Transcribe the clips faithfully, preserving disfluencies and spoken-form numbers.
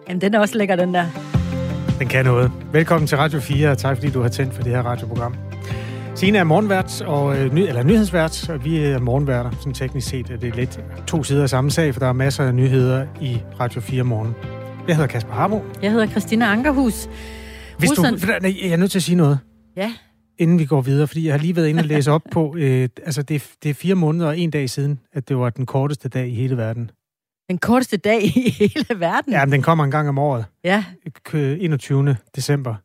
Jamen, den er også lækker, den der. Den kan noget. Velkommen til Radio fire, og tak fordi du har tændt for det her radioprogram. Signe er morgenvært, og, øh, ny, eller nyhedsvært, og vi er morgenværter. Sådan teknisk set er det lidt to sider af samme sag, for der er masser af nyheder i Radio fire morgen. Jeg hedder Kasper Harbo. Jeg hedder Christina Ankerhus. Hvis du, nej, jeg er nødt til at sige noget. Ja. Inden vi går videre, fordi jeg har lige været inde og læse op på, øh, altså det, det er fire måneder og en dag siden, at det var den korteste dag i hele verden. Den korteste dag i hele verden? Ja, men den kommer en gang om året. Ja. enogtyvende december.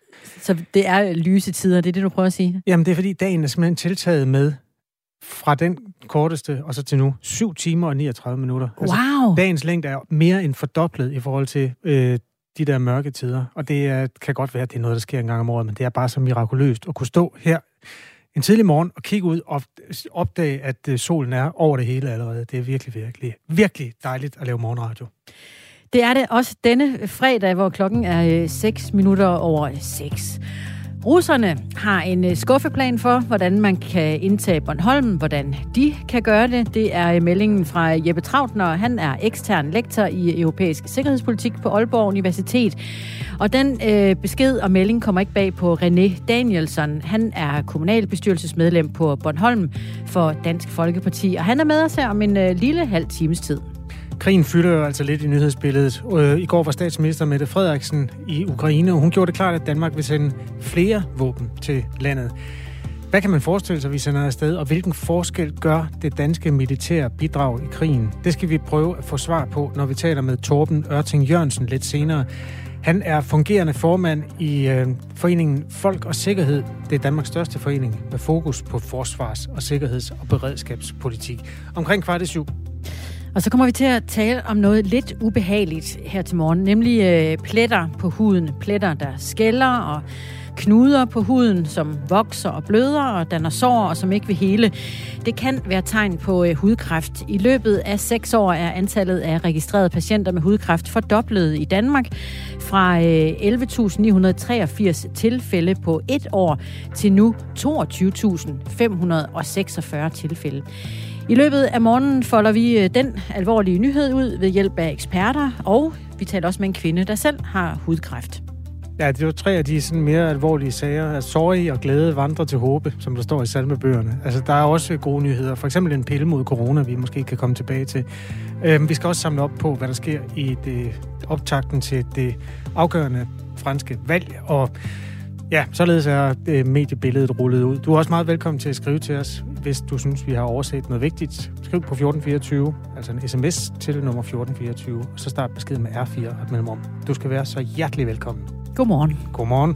Så det er lyse tider, det er det, du prøver at sige? Jamen, det er fordi dagen er simpelthen tiltaget med fra den korteste og så til nu syv timer og niogtredive minutter. Wow! Altså, dagens længde er mere end fordoblet i forhold til øh, de der mørke tider. Og det er, kan godt være, at det er noget, der sker en gang om året, men det er bare så mirakuløst at kunne stå her en tidlig morgen og kigge ud og opdage, at solen er over det hele allerede. Det er virkelig, virkelig, virkelig dejligt at lave morgenradio. Det er det også denne fredag, hvor klokken er seks minutter over seks. Russerne har en skuffeplan for, hvordan man kan indtage Bornholm, hvordan de kan gøre det. Det er meldingen fra Jeppe Trautner. Han er ekstern lektor i europæisk sikkerhedspolitik på Aalborg Universitet. Og den øh, besked og melding kommer ikke bag på René Danielsson. Han er kommunalbestyrelsesmedlem på Bornholm for Dansk Folkeparti, og han er med os her om en øh, lille halv times tid. Krigen fylder jo altså lidt i nyhedsbilledet. I går var statsminister Mette Frederiksen i Ukraine, og hun gjorde det klart, at Danmark vil sende flere våben til landet. Hvad kan man forestille sig, at vi sender afsted, og hvilken forskel gør det danske militære bidrag i krigen? Det skal vi prøve at få svar på, når vi taler med Torben Ørting Jørgensen lidt senere. Han er fungerende formand i øh, foreningen Folk og Sikkerhed. Det er Danmarks største forening med fokus på forsvars- og sikkerheds- og beredskabspolitik. Omkring kvart i syv. Og så kommer vi til at tale om noget lidt ubehageligt her til morgen, nemlig øh, pletter på huden. Pletter, der skælder og knuder på huden, som vokser og bløder og danner sår og som ikke vil hele. Det kan være tegn på øh, hudkræft. I løbet af seks år er antallet af registrerede patienter med hudkræft fordoblet i Danmark fra øh, elleve tusind ni hundrede treogfirs tilfælde på et år til nu toogtyve tusind fem hundrede seksogfyrre tilfælde. I løbet af morgenen folder vi den alvorlige nyhed ud ved hjælp af eksperter, og vi taler også med en kvinde, der selv har hudkræft. Ja, det er jo tre af de sådan mere alvorlige sager. At sorg og glæde vandrer til håbe, som der står i salmebøgerne. Altså, der er også gode nyheder. For eksempel en pille mod corona, vi måske kan komme tilbage til. Øhm, vi skal også samle op på, hvad der sker i det, optakten til det afgørende franske valg. Og ja, således er øh, mediebilledet rullet ud. Du er også meget velkommen til at skrive til os, hvis du synes, vi har overset noget vigtigt. Skriv på fjorten fireogtyve, altså en sms til nummer fjorten fireogtyve, og så start besked med R fire og et mellemrum. Du skal være så hjertelig velkommen. Godmorgen. Godmorgen.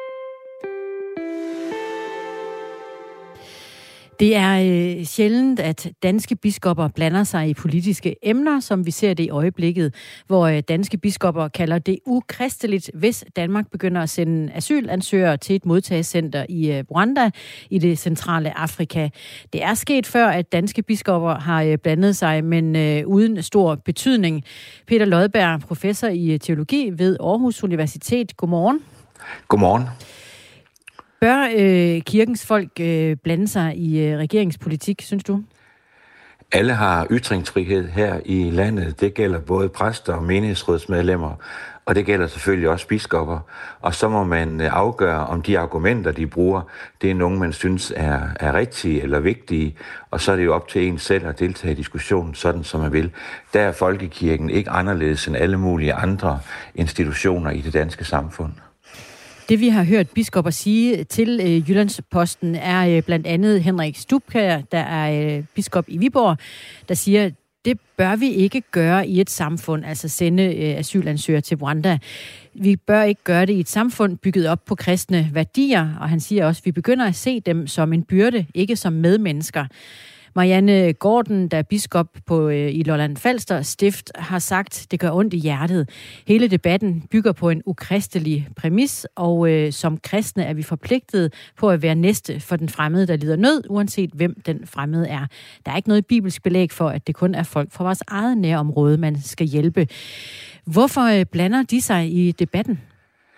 Det er øh, sjældent, at danske biskopper blander sig i politiske emner, som vi ser det i øjeblikket, hvor øh, danske biskopper kalder det ukristeligt, hvis Danmark begynder at sende asylansøgere til et modtagecenter i øh, Rwanda i det centrale Afrika. Det er sket før, at danske biskopper har øh, blandet sig, men øh, uden stor betydning. Peter Lodberg, professor i teologi ved Aarhus Universitet. Godmorgen. Godmorgen. Bør øh, kirkens folk øh, blande sig i øh, regeringspolitik, synes du? Alle har ytringsfrihed her i landet. Det gælder både præster og menighedsrådsmedlemmer, og det gælder selvfølgelig også biskopper. Og så må man afgøre, om de argumenter, de bruger, det er nogen, man synes er, er rigtige eller vigtige. Og så er det jo op til en selv at deltage i diskussionen, sådan som man vil. Der er folkekirken ikke anderledes end alle mulige andre institutioner i det danske samfund. Det vi har hørt biskopper sige til øh, Jyllandsposten er øh, blandt andet Henrik Stubkjær, der er øh, biskop i Viborg, der siger, det bør vi ikke gøre i et samfund, altså sende øh, asylansøgere til Rwanda. Vi bør ikke gøre det i et samfund bygget op på kristne værdier, og han siger også, at vi begynder at se dem som en byrde, ikke som medmennesker. Marianne Gordon, der er biskop på, øh, i Lolland Falster Stift, har sagt, det gør ondt i hjertet. Hele debatten bygger på en ukristelig præmis, og øh, som kristne er vi forpligtet på at være næste for den fremmede, der lider nød, uanset hvem den fremmede er. Der er ikke noget bibelsk belæg for, at det kun er folk fra vores eget nærområde, man skal hjælpe. Hvorfor øh, blander de sig i debatten?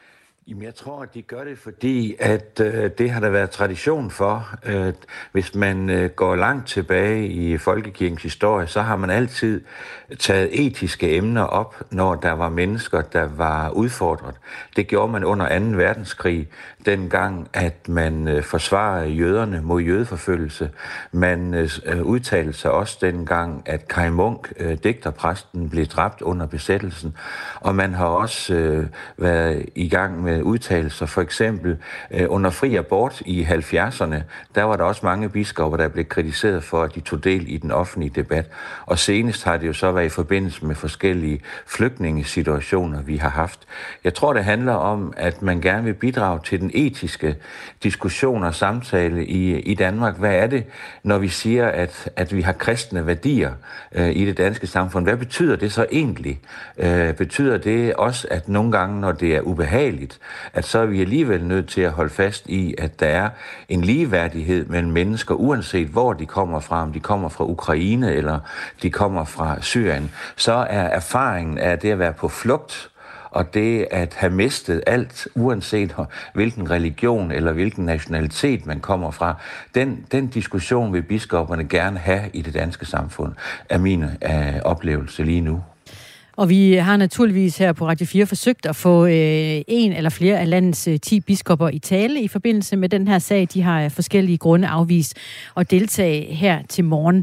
Jamen, jeg tror, at de gør det, fordi at øh, det har der været tradition for. Øh, hvis man øh, går langt tilbage i folkekirkens historie, så har man altid taget etiske emner op, når der var mennesker, der var udfordret. Det gjorde man under anden verdenskrig, dengang at man øh, forsvarede jøderne mod jødeforfølgelse. Man øh, udtalte sig også dengang, at Kaj Munk, øh, digterpræsten, blev dræbt under besættelsen. Og man har også øh, været i gang med udtalelser, for eksempel øh, under fri abort i halvfjerdserne, der var der også mange biskopper, der blev kritiseret for, at de tog del i den offentlige debat. Og senest har det jo så været i forbindelse med forskellige flygtningesituationer, vi har haft. Jeg tror, det handler om, at man gerne vil bidrage til den etiske diskussion og samtale i, i Danmark. Hvad er det, når vi siger, at, at vi har kristne værdier øh, i det danske samfund? Hvad betyder det så egentlig? Øh, betyder det også, at nogle gange, når det er ubehageligt, at så er vi alligevel nødt til at holde fast i, at der er en ligeværdighed mellem mennesker, uanset hvor de kommer fra, om de kommer fra Ukraine eller de kommer fra Syrien, så er erfaringen af det at være på flugt, og det at have mistet alt, uanset hvilken religion eller hvilken nationalitet man kommer fra, den, den diskussion vil biskopperne gerne have i det danske samfund, er min øh, oplevelse lige nu. Og vi har naturligvis her på Radio fire forsøgt at få øh, en eller flere af landets øh, ti biskopper i tale i forbindelse med den her sag. De har af forskellige grunde afvist at deltage her til morgen.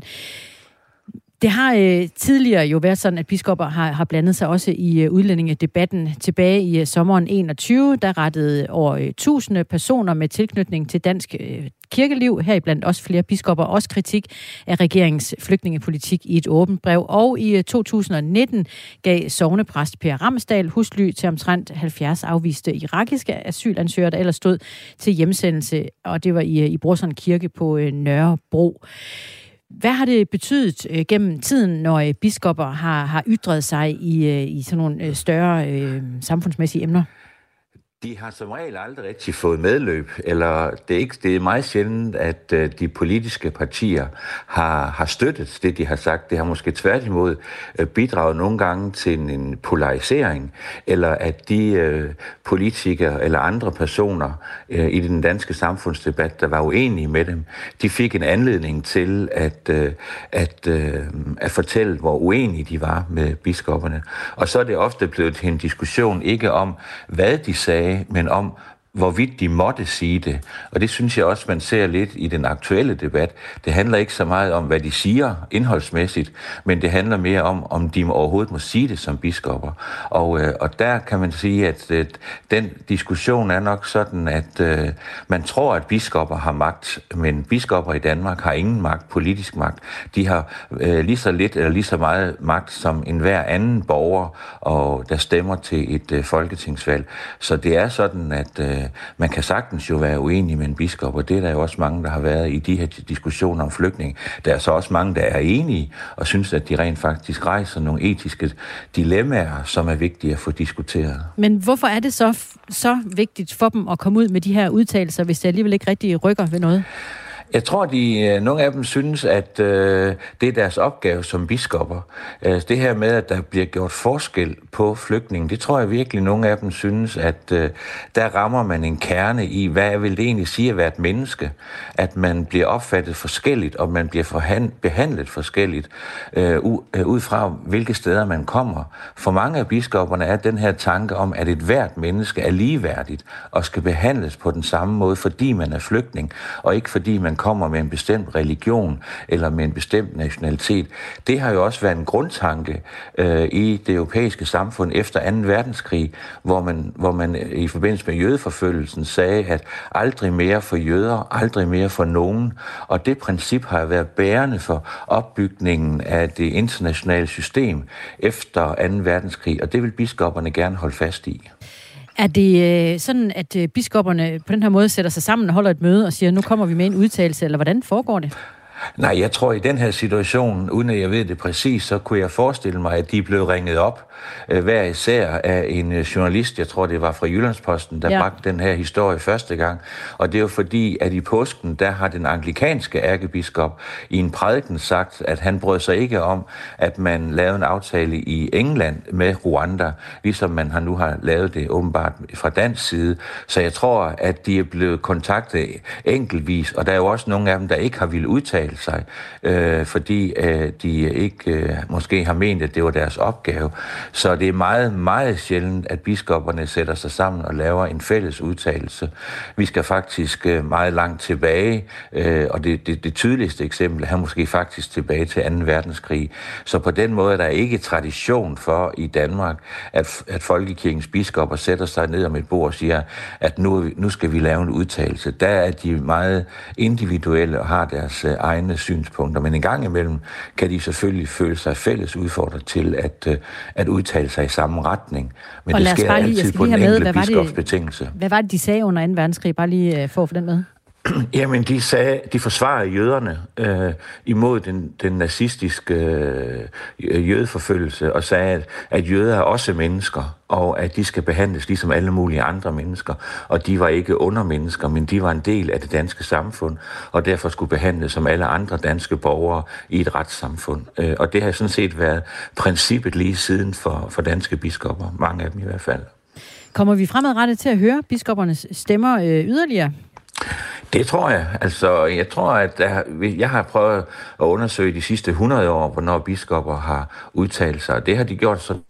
Det har øh, tidligere jo været sådan, at biskopper har, har blandet sig også i øh, udlændingedebatten. Tilbage i øh, sommeren enogtyve, der rettede over øh, tusinde personer med tilknytning til dansk øh, kirkeliv, heriblandt også flere biskopper, også kritik af regeringens flygtningepolitik i et åbent brev. Og i øh, to tusind og nitten gav sognepræst Per Ramsdal husly til omtrent halvfjerds afviste irakiske asylansøgere, der ellers stod til hjemsendelse, og det var i, øh, i Brorsons Kirke på øh, Nørrebro. Hvad har det betydet øh, gennem tiden, når øh, biskopper har, har ytret sig i, øh, i sådan nogle øh, større øh, samfundsmæssige emner? De har som regel aldrig rigtig fået medløb, eller det er, ikke, det er meget sjældent, at uh, de politiske partier har, har støttet det, de har sagt. Det har måske tværtimod uh, bidraget nogle gange til en, en polarisering, eller at de uh, politikere eller andre personer uh, i den danske samfundsdebat, der var uenige med dem, de fik en anledning til at, uh, at, uh, at fortælle, hvor uenige de var med biskopperne. Og så er det ofte blevet til en diskussion, ikke om, hvad de sagde, men om, hvorvidt de måtte sige det. Og det synes jeg også, man ser lidt i den aktuelle debat. Det handler ikke så meget om, hvad de siger indholdsmæssigt, men det handler mere om, om de overhovedet må sige det som biskopper. Og, øh, og der kan man sige, at øh, den diskussion er nok sådan, at øh, man tror, at biskopper har magt, men biskopper i Danmark har ingen magt, politisk magt. De har øh, lige så lidt eller lige så meget magt som enhver anden borger, og der stemmer til et øh, folketingsvalg. Så det er sådan, at øh, man kan sagtens jo være uenig med en biskop, og det er der jo også mange, der har været i de her diskussioner om flygtninge. Der er så også mange, der er enige og synes, at de rent faktisk rejser nogle etiske dilemmaer, som er vigtige at få diskuteret. Men hvorfor er det så, så vigtigt for dem at komme ud med de her udtalelser, hvis det alligevel ikke rigtig rykker ved noget? Jeg tror, de nogle af dem synes, at øh, det er deres opgave som biskopper. Øh, det her med, at der bliver gjort forskel på flygtninge, det tror jeg virkelig, nogle af dem synes, at øh, der rammer man en kerne i, hvad vil det egentlig sige at være et menneske? At man bliver opfattet forskelligt, og man bliver forhand- behandlet forskelligt, øh, u- ud fra hvilke steder man kommer. For mange af biskopperne er den her tanke om, at et hvert menneske er ligeværdigt og skal behandles på den samme måde, fordi man er flygtning, og ikke fordi man kommer med en bestemt religion eller med en bestemt nationalitet. Det har jo også været en grundtanke øh, i det europæiske samfund efter anden verdenskrig, hvor man, hvor man i forbindelse med jødeforfølgelsen sagde, at aldrig mere for jøder, aldrig mere for nogen. Og det princip har været bærende for opbygningen af det internationale system efter anden verdenskrig, og det vil biskopperne gerne holde fast i. Er det sådan, at biskopperne på den her måde sætter sig sammen og holder et møde og siger, nu kommer vi med en udtalelse, eller hvordan foregår det? Nej, jeg tror i den her situation, uden at jeg ved det præcis, så kunne jeg forestille mig, at de blev ringet op øh, hver især af en øh, journalist, jeg tror det var fra Jyllandsposten, der ja. bragte den her historie første gang. Og det er jo fordi, at i påsken, der har den anglikanske ærkebiskop i en prædiken sagt, at han brød sig ikke om, at man lavede en aftale i England med Rwanda, ligesom man har nu har lavet det åbenbart fra dansk side. Så jeg tror, at de er blevet kontaktet enkeltvis, og der er jo også nogle af dem, der ikke har ville udtale sig, øh, fordi øh, de ikke øh, måske har ment, at det var deres opgave. Så det er meget, meget sjældent, at biskopperne sætter sig sammen og laver en fælles udtalelse. Vi skal faktisk øh, meget langt tilbage, øh, og det, det, det tydeligste eksempel er måske faktisk tilbage til anden verdenskrig. Så på den måde er der ikke tradition for i Danmark, at, at folkekirkens biskopper sætter sig ned om et bord og siger, at nu, nu skal vi lave en udtalelse. Der er de meget individuelle og har deres øh, egne synspunkter, men en gang imellem kan de selvfølgelig føle sig fælles udfordret til at, at udtale sig i samme retning. Men og det sker lige, altid på den enkelte biskops betingelse. Hvad var det, de sagde under anden verdenskrig? Bare lige for at få den med. Jamen, de sagde, de forsvarede jøderne øh, imod den, den nazistiske øh, jødeforfølgelse, og sagde, at, at jøder er også mennesker, og at de skal behandles ligesom alle mulige andre mennesker. Og de var ikke undermennesker, men de var en del af det danske samfund, og derfor skulle behandles som alle andre danske borgere i et retssamfund. Øh, og det har sådan set været princippet lige siden for, for danske biskopper, mange af dem i hvert fald. Kommer vi fremadrettet til at høre biskoppernes stemmer øh, yderligere? Det tror jeg. Altså, jeg tror, at der, jeg har prøvet at undersøge de sidste hundrede år, hvornår biskopper har udtalt sig. Det har de gjort sådan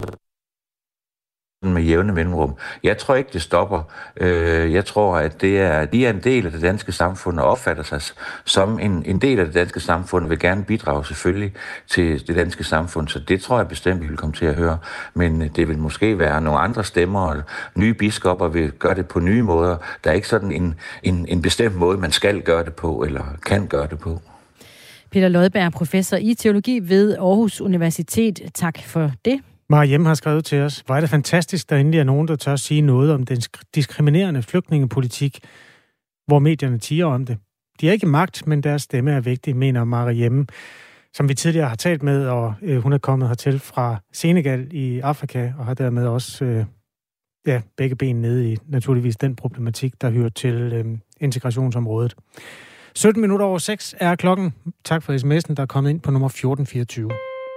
med jævne mellemrum. Jeg tror ikke, det stopper. Jeg tror, at det er, de er en del af det danske samfund og opfatter sig som en, en del af det danske samfund og vil gerne bidrage selvfølgelig til det danske samfund. Så det tror jeg bestemt, vi vil komme til at høre. Men det vil måske være nogle andre stemmer, og nye biskopper vil gøre det på nye måder. Der er ikke sådan en, en, en bestemt måde, man skal gøre det på eller kan gøre det på. Peter Lodberg, professor i teologi ved Aarhus Universitet. Tak for det. Mariem har skrevet til os, hvor er det fantastisk, der endelig er nogen, der tør sige noget om den diskriminerende flygtningepolitik, hvor medierne tiger om det. De har ikke magt, men deres stemme er vigtig, mener Mariem, som vi tidligere har talt med, og øh, hun er kommet hertil fra Senegal i Afrika, og har dermed også øh, ja, begge ben nede i naturligvis den problematik, der hører til øh, integrationsområdet. sytten minutter over seks er klokken. Tak for sms'en, der er kommet ind på nummer fjorten fireogtyve.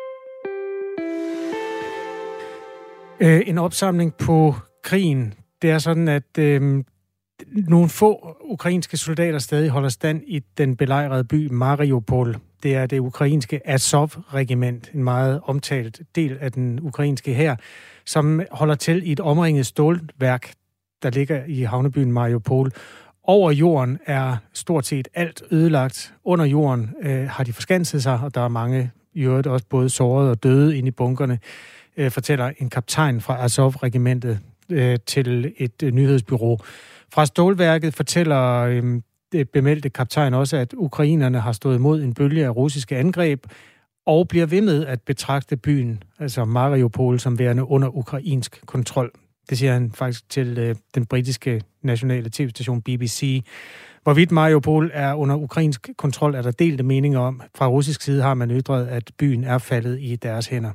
Øh, en opsamling på krigen. Det er sådan, at øh, nogle få ukrainske soldater stadig holder stand i den belejrede by Mariupol. Det er det ukrainske Azov-regiment, en meget omtalt del af den ukrainske hær, som holder til i et omringet stålværk, der ligger i havnebyen Mariupol. Over jorden er stort set alt ødelagt. Under jorden øh, har de forskanset sig, og der er mange i øvrigt også både sårede og døde inde i bunkerne, øh, fortæller en kaptajn fra Azov-regimentet øh, til et øh, nyhedsbureau. Fra stålværket fortæller øh, det bemeldte kaptajn også, at ukrainerne har stået imod en bølge af russiske angreb, og bliver ved med at betragte byen, altså Mariupol, som værende under ukrainsk kontrol. Det siger han faktisk til øh, den britiske nationale tv-station B B C. Hvorvidt Mariupol er under ukrainsk kontrol, er der delte meninger om. Fra russisk side har man ytret, at byen er faldet i deres hænder.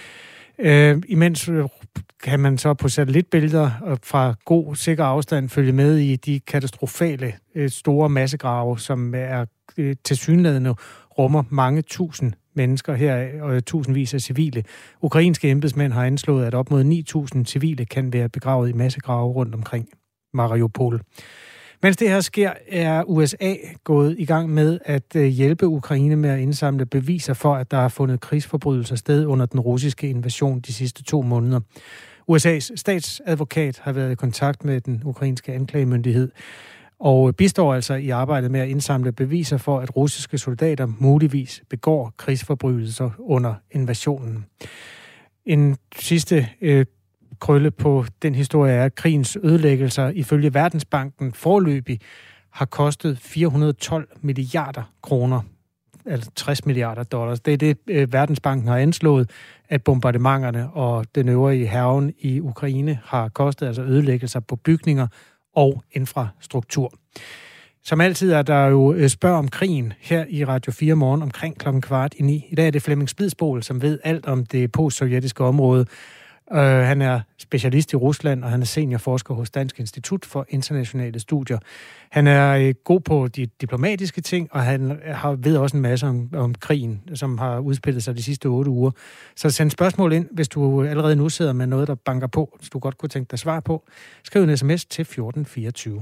Øh, imens kan man så på satellitbilleder fra god, sikker afstand følge med i de katastrofale øh, store massegrave, som er øh, tilsyneladende rummer mange tusind mennesker her, og tusindvis af civile. Ukrainske embedsmænd har anslået, at op mod ni tusind civile kan være begravet i massegrave rundt omkring Mariupol. Mens det her sker, er U S A gået i gang med at hjælpe Ukraine med at indsamle beviser for, at der er fundet krigsforbrydelser sted under den russiske invasion de sidste to måneder. U S A's statsadvokat har været i kontakt med den ukrainske anklagemyndighed og bistår altså i arbejdet med at indsamle beviser for, at russiske soldater muligvis begår krigsforbrydelser under invasionen. En sidste øh, krølle på den historie er, at krigens ødelæggelser ifølge Verdensbanken foreløbig har kostet fire hundrede og tolv milliarder kroner, altså tres milliarder dollars. Det er det, øh, Verdensbanken har anslået, at bombardementerne og den øvrige hærgen i Ukraine har kostet, altså ødelæggelser på bygninger og infrastruktur. Som altid er der jo spørg om krigen her i Radio fire morgen omkring klokken kvart i ni. I dag er det Flemming Splidsbol, som ved alt om det postsovjetiske område. Uh, han er specialist i Rusland, og han er seniorforsker hos Dansk Institut for Internationale Studier. Han er uh, god på de diplomatiske ting, og han har, ved også en masse om, om krigen, som har udspillet sig de sidste otte uger. Så send spørgsmål ind, hvis du allerede nu sidder med noget, der banker på, hvis du godt kunne tænke dig svar på. Skriv en sms til fjorten fireogtyve.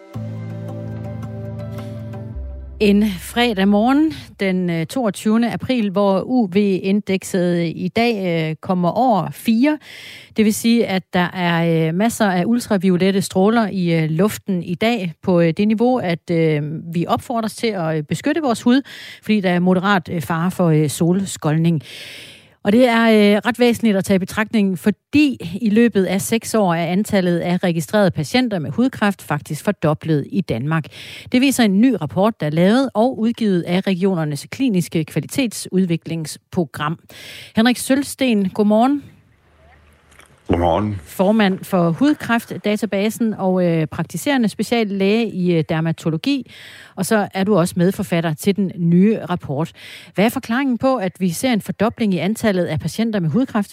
En fredag morgen, den toogtyvende april, hvor U V-indekset i dag kommer over fire. Det vil sige, at der er masser af ultraviolette stråler i luften i dag på det niveau, at vi opfordres til at beskytte vores hud, fordi der er moderat fare for solskoldning. Og det er øh, ret væsentligt at tage i betragtning, fordi i løbet af seks år er antallet af registrerede patienter med hudkræft faktisk fordoblet i Danmark. Det viser en ny rapport, der er lavet og udgivet af regionernes kliniske kvalitetsudviklingsprogram. Henrik Sølsten, godmorgen. Godmorgen. Formand for Hudkræftdatabasen og øh, praktiserende speciallæge i øh, dermatologi. Og så er du også medforfatter til den nye rapport. Hvad er forklaringen på, at vi ser en fordobling i antallet af patienter med hudkræft?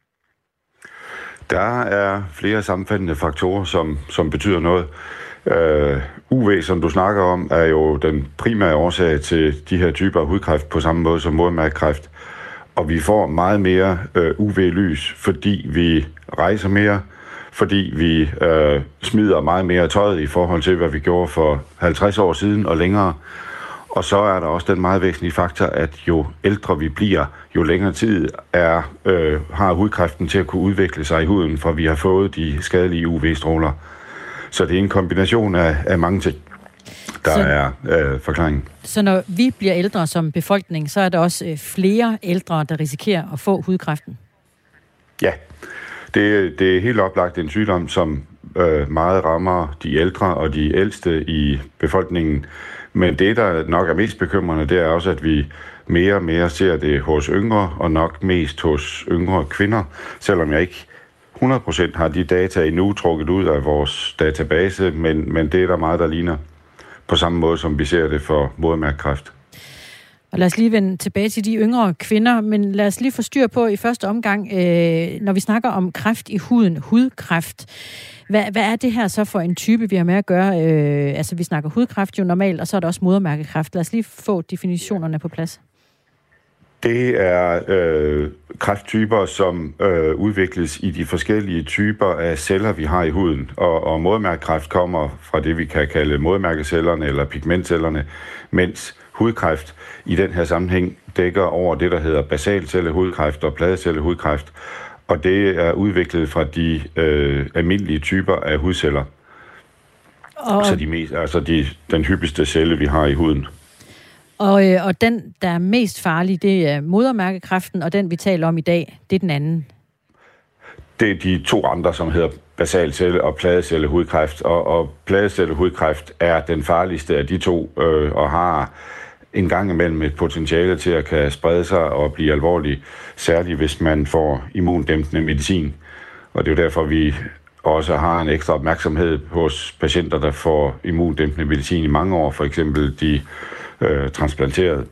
Der er flere sammenfaldende faktorer, som, som betyder noget. Uh, U V, som du snakker om, er jo den primære årsag til de her typer af hudkræft på samme måde som modermærkekræft. Og vi får meget mere øh, U V-lys, fordi vi rejser mere, fordi vi øh, smider meget mere tøjet i forhold til, hvad vi gjorde for halvtreds år siden og længere. Og så er der også den meget væsentlige faktor, at jo ældre vi bliver, jo længere tid er, øh, har hudkræften til at kunne udvikle sig i huden, for vi har fået de skadelige U V-stråler. Så det er en kombination af, af mange ting, der så, er øh, forklaringen. Så når vi bliver ældre som befolkning, så er der også øh, flere ældre, der risikerer at få hudkræften? Ja, det, det er helt oplagt en sygdom, som øh, meget rammer de ældre og de ældste i befolkningen. Men det, der nok er mest bekymrende, det er også, at vi mere og mere ser det hos yngre, og nok mest hos yngre kvinder, selvom jeg ikke hundrede procent har de data endnu trukket ud af vores database, men, men det er der meget, der ligner. På samme måde, som vi ser det for modermærkekræft. Og lad os lige vende tilbage til de yngre kvinder, men lad os lige få styr på i første omgang, øh, når vi snakker om kræft i huden, hudkræft. Hvad, hvad er det her så for en type, vi har med at gøre? Øh, altså, vi snakker hudkræft jo normalt, og så er der også modermærkekræft. Lad os lige få definitionerne på plads. Det er øh, kræfttyper, som øh, udvikles i de forskellige typer af celler, vi har i huden. Og, og modermærkekræft kommer fra det, vi kan kalde modermærkecellerne eller pigmentcellerne, mens hudkræft i den her sammenhæng dækker over det, der hedder basalcellehudkræft og pladecellehudkræft. Og det er udviklet fra de øh, almindelige typer af hudceller. Og... Altså, de mest, altså de, den hyppigste celle, vi har i huden. Og, øh, og den, der er mest farlig, det er modermærkekræften, og den, vi taler om i dag, det er den anden. Det er de to andre, som hedder basalcelle- og pladecellehudkræft. Og, og pladecellehudkræft er den farligste af de to, øh, og har en gang imellem et potentiale til at kan sprede sig og blive alvorlig, særligt hvis man får immundæmpende medicin. Og det er jo derfor, vi også har en ekstra opmærksomhed hos patienter, der får immundæmpende medicin i mange år, for eksempel de øh, transplanteret.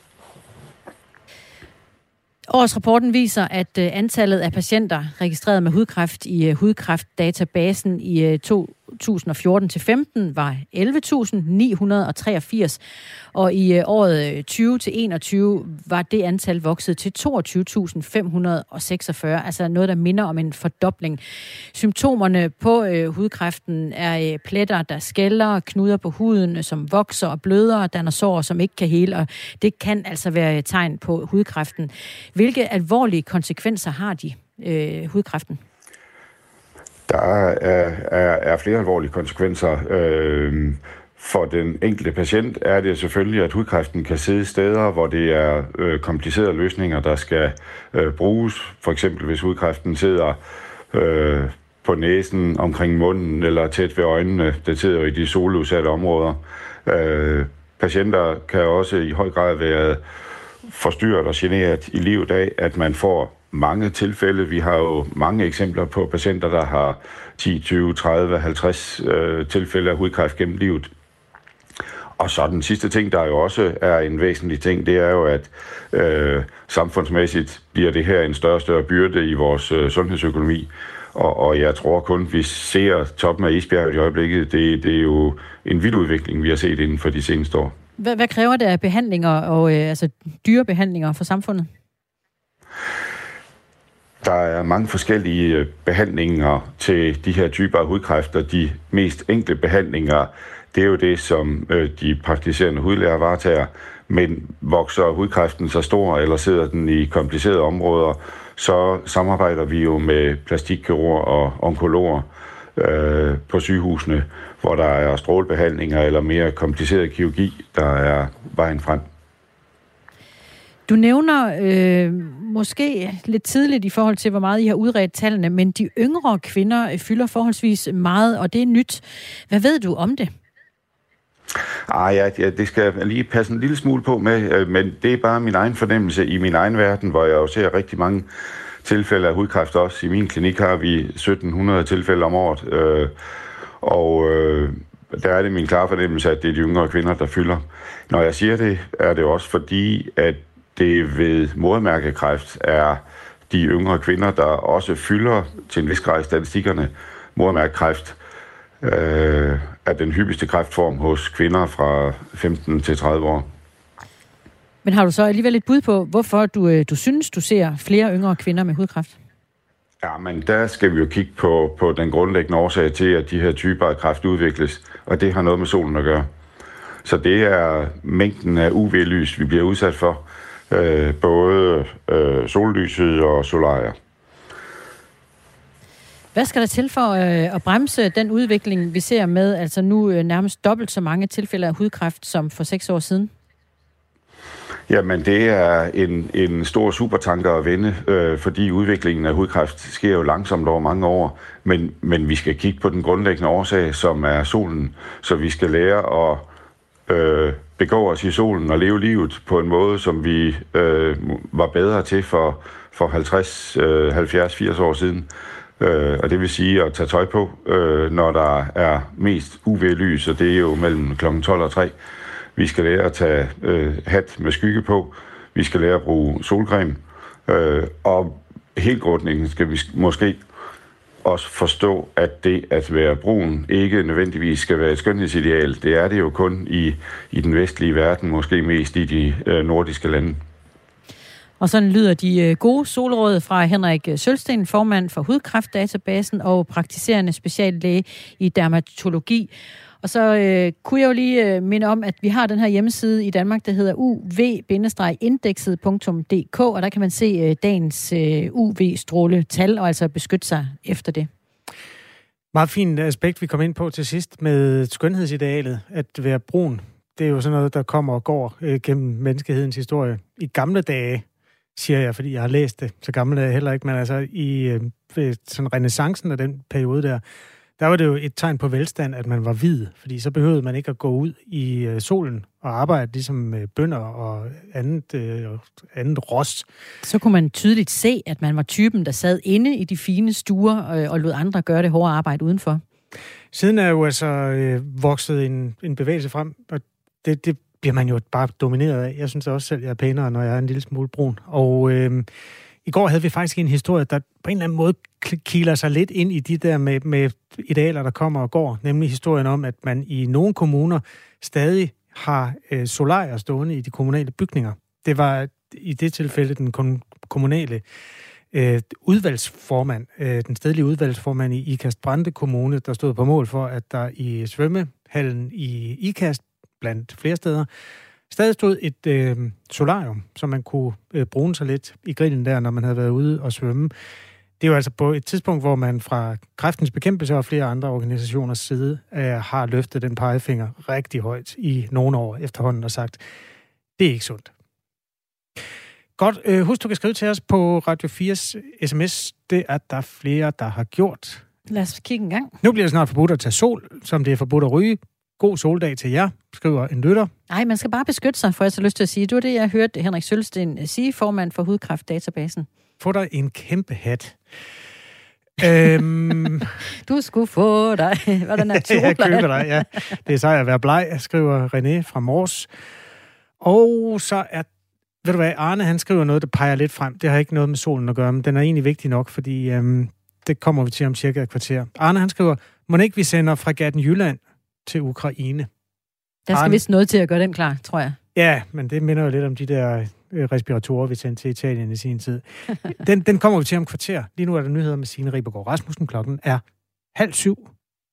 Årsrapporten viser, at øh, antallet af patienter registreret med hudkræft i øh, hudkræftdatabasen i øh, to tusind og fjorten til femten var elleve tusind ni hundrede og treogfirs, og i øh, året tyve til enogtyve var det antal vokset til toogtyve tusind fem hundrede og seksogfyrre, altså noget, der minder om en fordobling. Symptomerne på øh, hudkræften er øh, pletter, der skælder, knuder på huden, som vokser og bløder, danner sår, som ikke kan hele, og det kan altså være tegn på hudkræften. Hvilke alvorlige konsekvenser har de øh, hudkræften? Der er, er, er flere alvorlige konsekvenser. Øh, for den enkelte patient er det selvfølgelig, at hudkræften kan sidde steder, hvor det er øh, komplicerede løsninger, der skal øh, bruges. For eksempel hvis hudkræften sidder øh, på næsen, omkring munden eller tæt ved øjnene. Det sidder jo i de soludsatte områder. Øh, patienter kan også i høj grad være forstyrret og generet i livet af, at man får mange tilfælde. Vi har jo mange eksempler på patienter, der har ti, tyve, tredive, halvtreds øh, tilfælde af hudkræft gennem livet. Og så den sidste ting, der jo også er en væsentlig ting, det er jo, at øh, samfundsmæssigt bliver det her en større og større byrde i vores øh, sundhedsøkonomi. Og, og jeg tror kun, vi ser toppen af isbjerget i øjeblikket. Det, det er jo en vild udvikling, vi har set inden for de seneste år. Hvad, hvad kræver det af behandlinger, og øh, altså dyrebehandlinger for samfundet? Der er mange forskellige behandlinger til de her typer af hudkræfter. De mest enkle behandlinger, det er jo det, som øh, de praktiserende hudlæger varetager. Men vokser hudkræften så stor, eller sidder den i komplicerede områder, så samarbejder vi jo med plastikkirurger og onkologer øh, på sygehusene, hvor der er strålebehandlinger eller mere kompliceret kirurgi, der er vejen frem. Du nævner øh, måske lidt tidligt i forhold til, hvor meget I har udredt tallene, men de yngre kvinder fylder forholdsvis meget, og det er nyt. Hvad ved du om det? Ah, ja, ja, det skal jeg lige passe en lille smule på med, men det er bare min egen fornemmelse i min egen verden, hvor jeg jo ser rigtig mange tilfælde af hudkræft også. I min klinik har vi sytten hundrede tilfælde om året, øh, og øh, der er det min klare fornemmelse, at det er de yngre kvinder, der fylder. Når jeg siger det, er det også fordi, at det ved modermærkekræft er de yngre kvinder, der også fylder til en vis grad i statistikkerne. Modermærkekræft øh, er den hyppigste kræftform hos kvinder fra femten til tredive år. Men har du så alligevel et bud på, hvorfor du, du synes, du ser flere yngre kvinder med hudkræft? Ja, men der skal vi jo kigge på, på den grundlæggende årsag til, at de her typer af kræft udvikles, og det har noget med solen at gøre. Så det er mængden af U V-lys, vi bliver udsat for, øh, både øh, sollyset og solarier. Hvad skal der til for øh, at bremse den udvikling, vi ser med altså nu øh, nærmest dobbelt så mange tilfælde af hudkræft som for seks år siden? Jamen, det er en, en stor supertanker at vende, øh, fordi udviklingen af hudkræft sker jo langsomt over mange år, men, men vi skal kigge på den grundlæggende årsag, som er solen, så vi skal lære at øh, begå os i solen og leve livet på en måde, som vi øh, var bedre til for, for halvtreds, halvfjerds, firs år siden. Øh, og det vil sige at tage tøj på, øh, når der er mest U V-lys, og det er jo mellem klokken tolv og tre. Vi skal lære at tage øh, hat med skygge på. Vi skal lære at bruge solcreme. Øh, og helt grundlæggende skal vi måske også forstå, at det at være brun ikke nødvendigvis skal være et skønhedsideal. Det er det jo kun i, i den vestlige verden, måske mest i de øh, nordiske lande. Og sådan lyder de gode solråd fra Henrik Sølsten, formand for Hudkræftdatabasen og praktiserende speciallæge i dermatologi. Og så øh, kunne jeg jo lige øh, minde om, at vi har den her hjemmeside i Danmark, der hedder u v indekset punktum d k, og der kan man se øh, dagens øh, U V-stråletal, og altså beskytte sig efter det. Meget fint aspekt, vi kom ind på til sidst med skønhedsidealet, at være brun. Det er jo sådan noget, der kommer og går øh, gennem menneskehedens historie. I gamle dage, siger jeg, fordi jeg har læst det, så gammel er jeg heller ikke, men altså i øh, sådan renæssancen af den periode der, der var det jo et tegn på velstand, at man var hvid, fordi så behøvede man ikke at gå ud i øh, solen og arbejde ligesom med bønder og andet, øh, andet ros. Så kunne man tydeligt se, at man var typen, der sad inde i de fine stuer øh, og lod andre gøre det hårde arbejde udenfor. Siden er jo altså øh, vokset en, en bevægelse frem, og det, det bliver man jo bare domineret af. Jeg synes også selv, jeg er pænere, når jeg er en lille smule brun. Og øh, i går havde vi faktisk en historie, der på en eller anden måde kiler sig lidt ind i de der med, med idealer, der kommer og går. Nemlig historien om, at man i nogle kommuner stadig har øh, solarier stående i de kommunale bygninger. Det var i det tilfælde den kommunale øh, udvalgsformand, øh, den stedlige udvalgsformand i Ikast Brande Kommune, der stod på mål for, at der i svømmehallen i Ikast, blandt flere steder, stadig stod et øh, solarium, som man kunne øh, bruge sig lidt i grillen der, når man havde været ude og svømme. Det er jo altså på et tidspunkt, hvor man fra Kræftens Bekæmpelse og flere andre organisationers side øh, har løftet den pegefinger rigtig højt i nogle år efterhånden og sagt, det er ikke sundt. Godt, øh, husk, du kan skrive til os på Radio fires sms. Det er der flere, der har gjort. Lad os kigge en gang. Nu bliver det snart forbudt at tage sol, som det er forbudt at ryge. God soldag til jer, skriver en lytter. Nej, man skal bare beskytte sig, for jeg så lyst til at sige. Det var det, jeg hørte Henrik Sølsten sige, formand for Hudkræftdatabasen. Få dig en kæmpe hat. Øhm, du skulle få dig. Hvordan er det? Jeg køber dig, ja. Det er så at være bleg, skriver René fra Mors. Og så er, ved du hvad, Arne han skriver noget, der peger lidt frem. Det har ikke noget med solen at gøre, men den er egentlig vigtig nok, fordi øhm, det kommer vi til om cirka et kvarter. Arne han skriver, må ikke vi sender fregatten Jylland til Ukraine? Der skal vist noget til at gøre den klar, tror jeg. Ja, men det minder jo lidt om de der respiratorer, vi sendte til Italien i sin tid. Den, den kommer vi til om kvarter. Lige nu er der nyheder med Signe Ribergaard Rasmussen. Klokken er halv syv.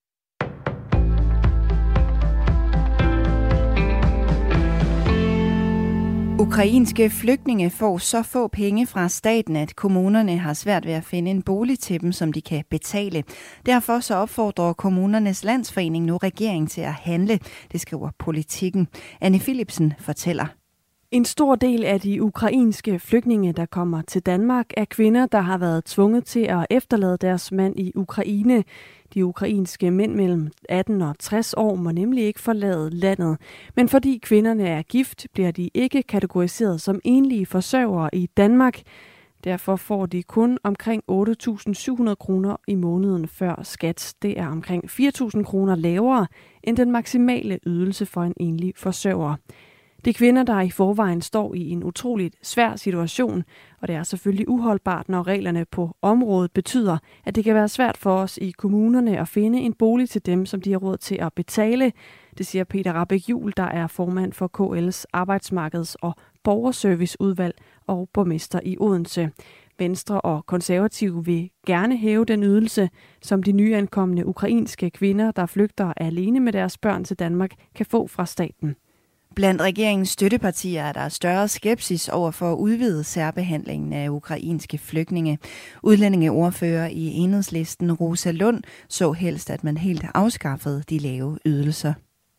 Ukrainske flygtninge får så få penge fra staten, at kommunerne har svært ved at finde en bolig til dem, som de kan betale. Derfor så opfordrer Kommunernes Landsforening nu regeringen til at handle, det skriver Politikken. Anne Philipsen fortæller. En stor del af de ukrainske flygtninge, der kommer til Danmark, er kvinder, der har været tvunget til at efterlade deres mand i Ukraine. De ukrainske mænd mellem atten og tres år må nemlig ikke forlade landet. Men fordi kvinderne er gift, bliver de ikke kategoriseret som enlige forsørgere i Danmark. Derfor får de kun omkring otte tusind syv hundrede kroner i måneden før skat. Det er omkring fire tusind kroner lavere end den maksimale ydelse for en enlig forsørger. Det er kvinder, der i forvejen står i en utroligt svær situation, og det er selvfølgelig uholdbart, når reglerne på området betyder, at det kan være svært for os i kommunerne at finde en bolig til dem, som de har råd til at betale. Det siger Peter Rahbæk Juhl, der er formand for K L's arbejdsmarkeds- og borgerserviceudvalg og borgmester i Odense. Venstre og Konservative vil gerne hæve den ydelse, som de nyankomne ukrainske kvinder, der flygter alene med deres børn til Danmark, kan få fra staten. Blandt regeringens støttepartier er der større skepsis over for at udvide særbehandlingen af ukrainske flygtninge. Udlændingeordfører i Enhedslisten Rosa Lund så helst, at man helt afskaffede de lave ydelser.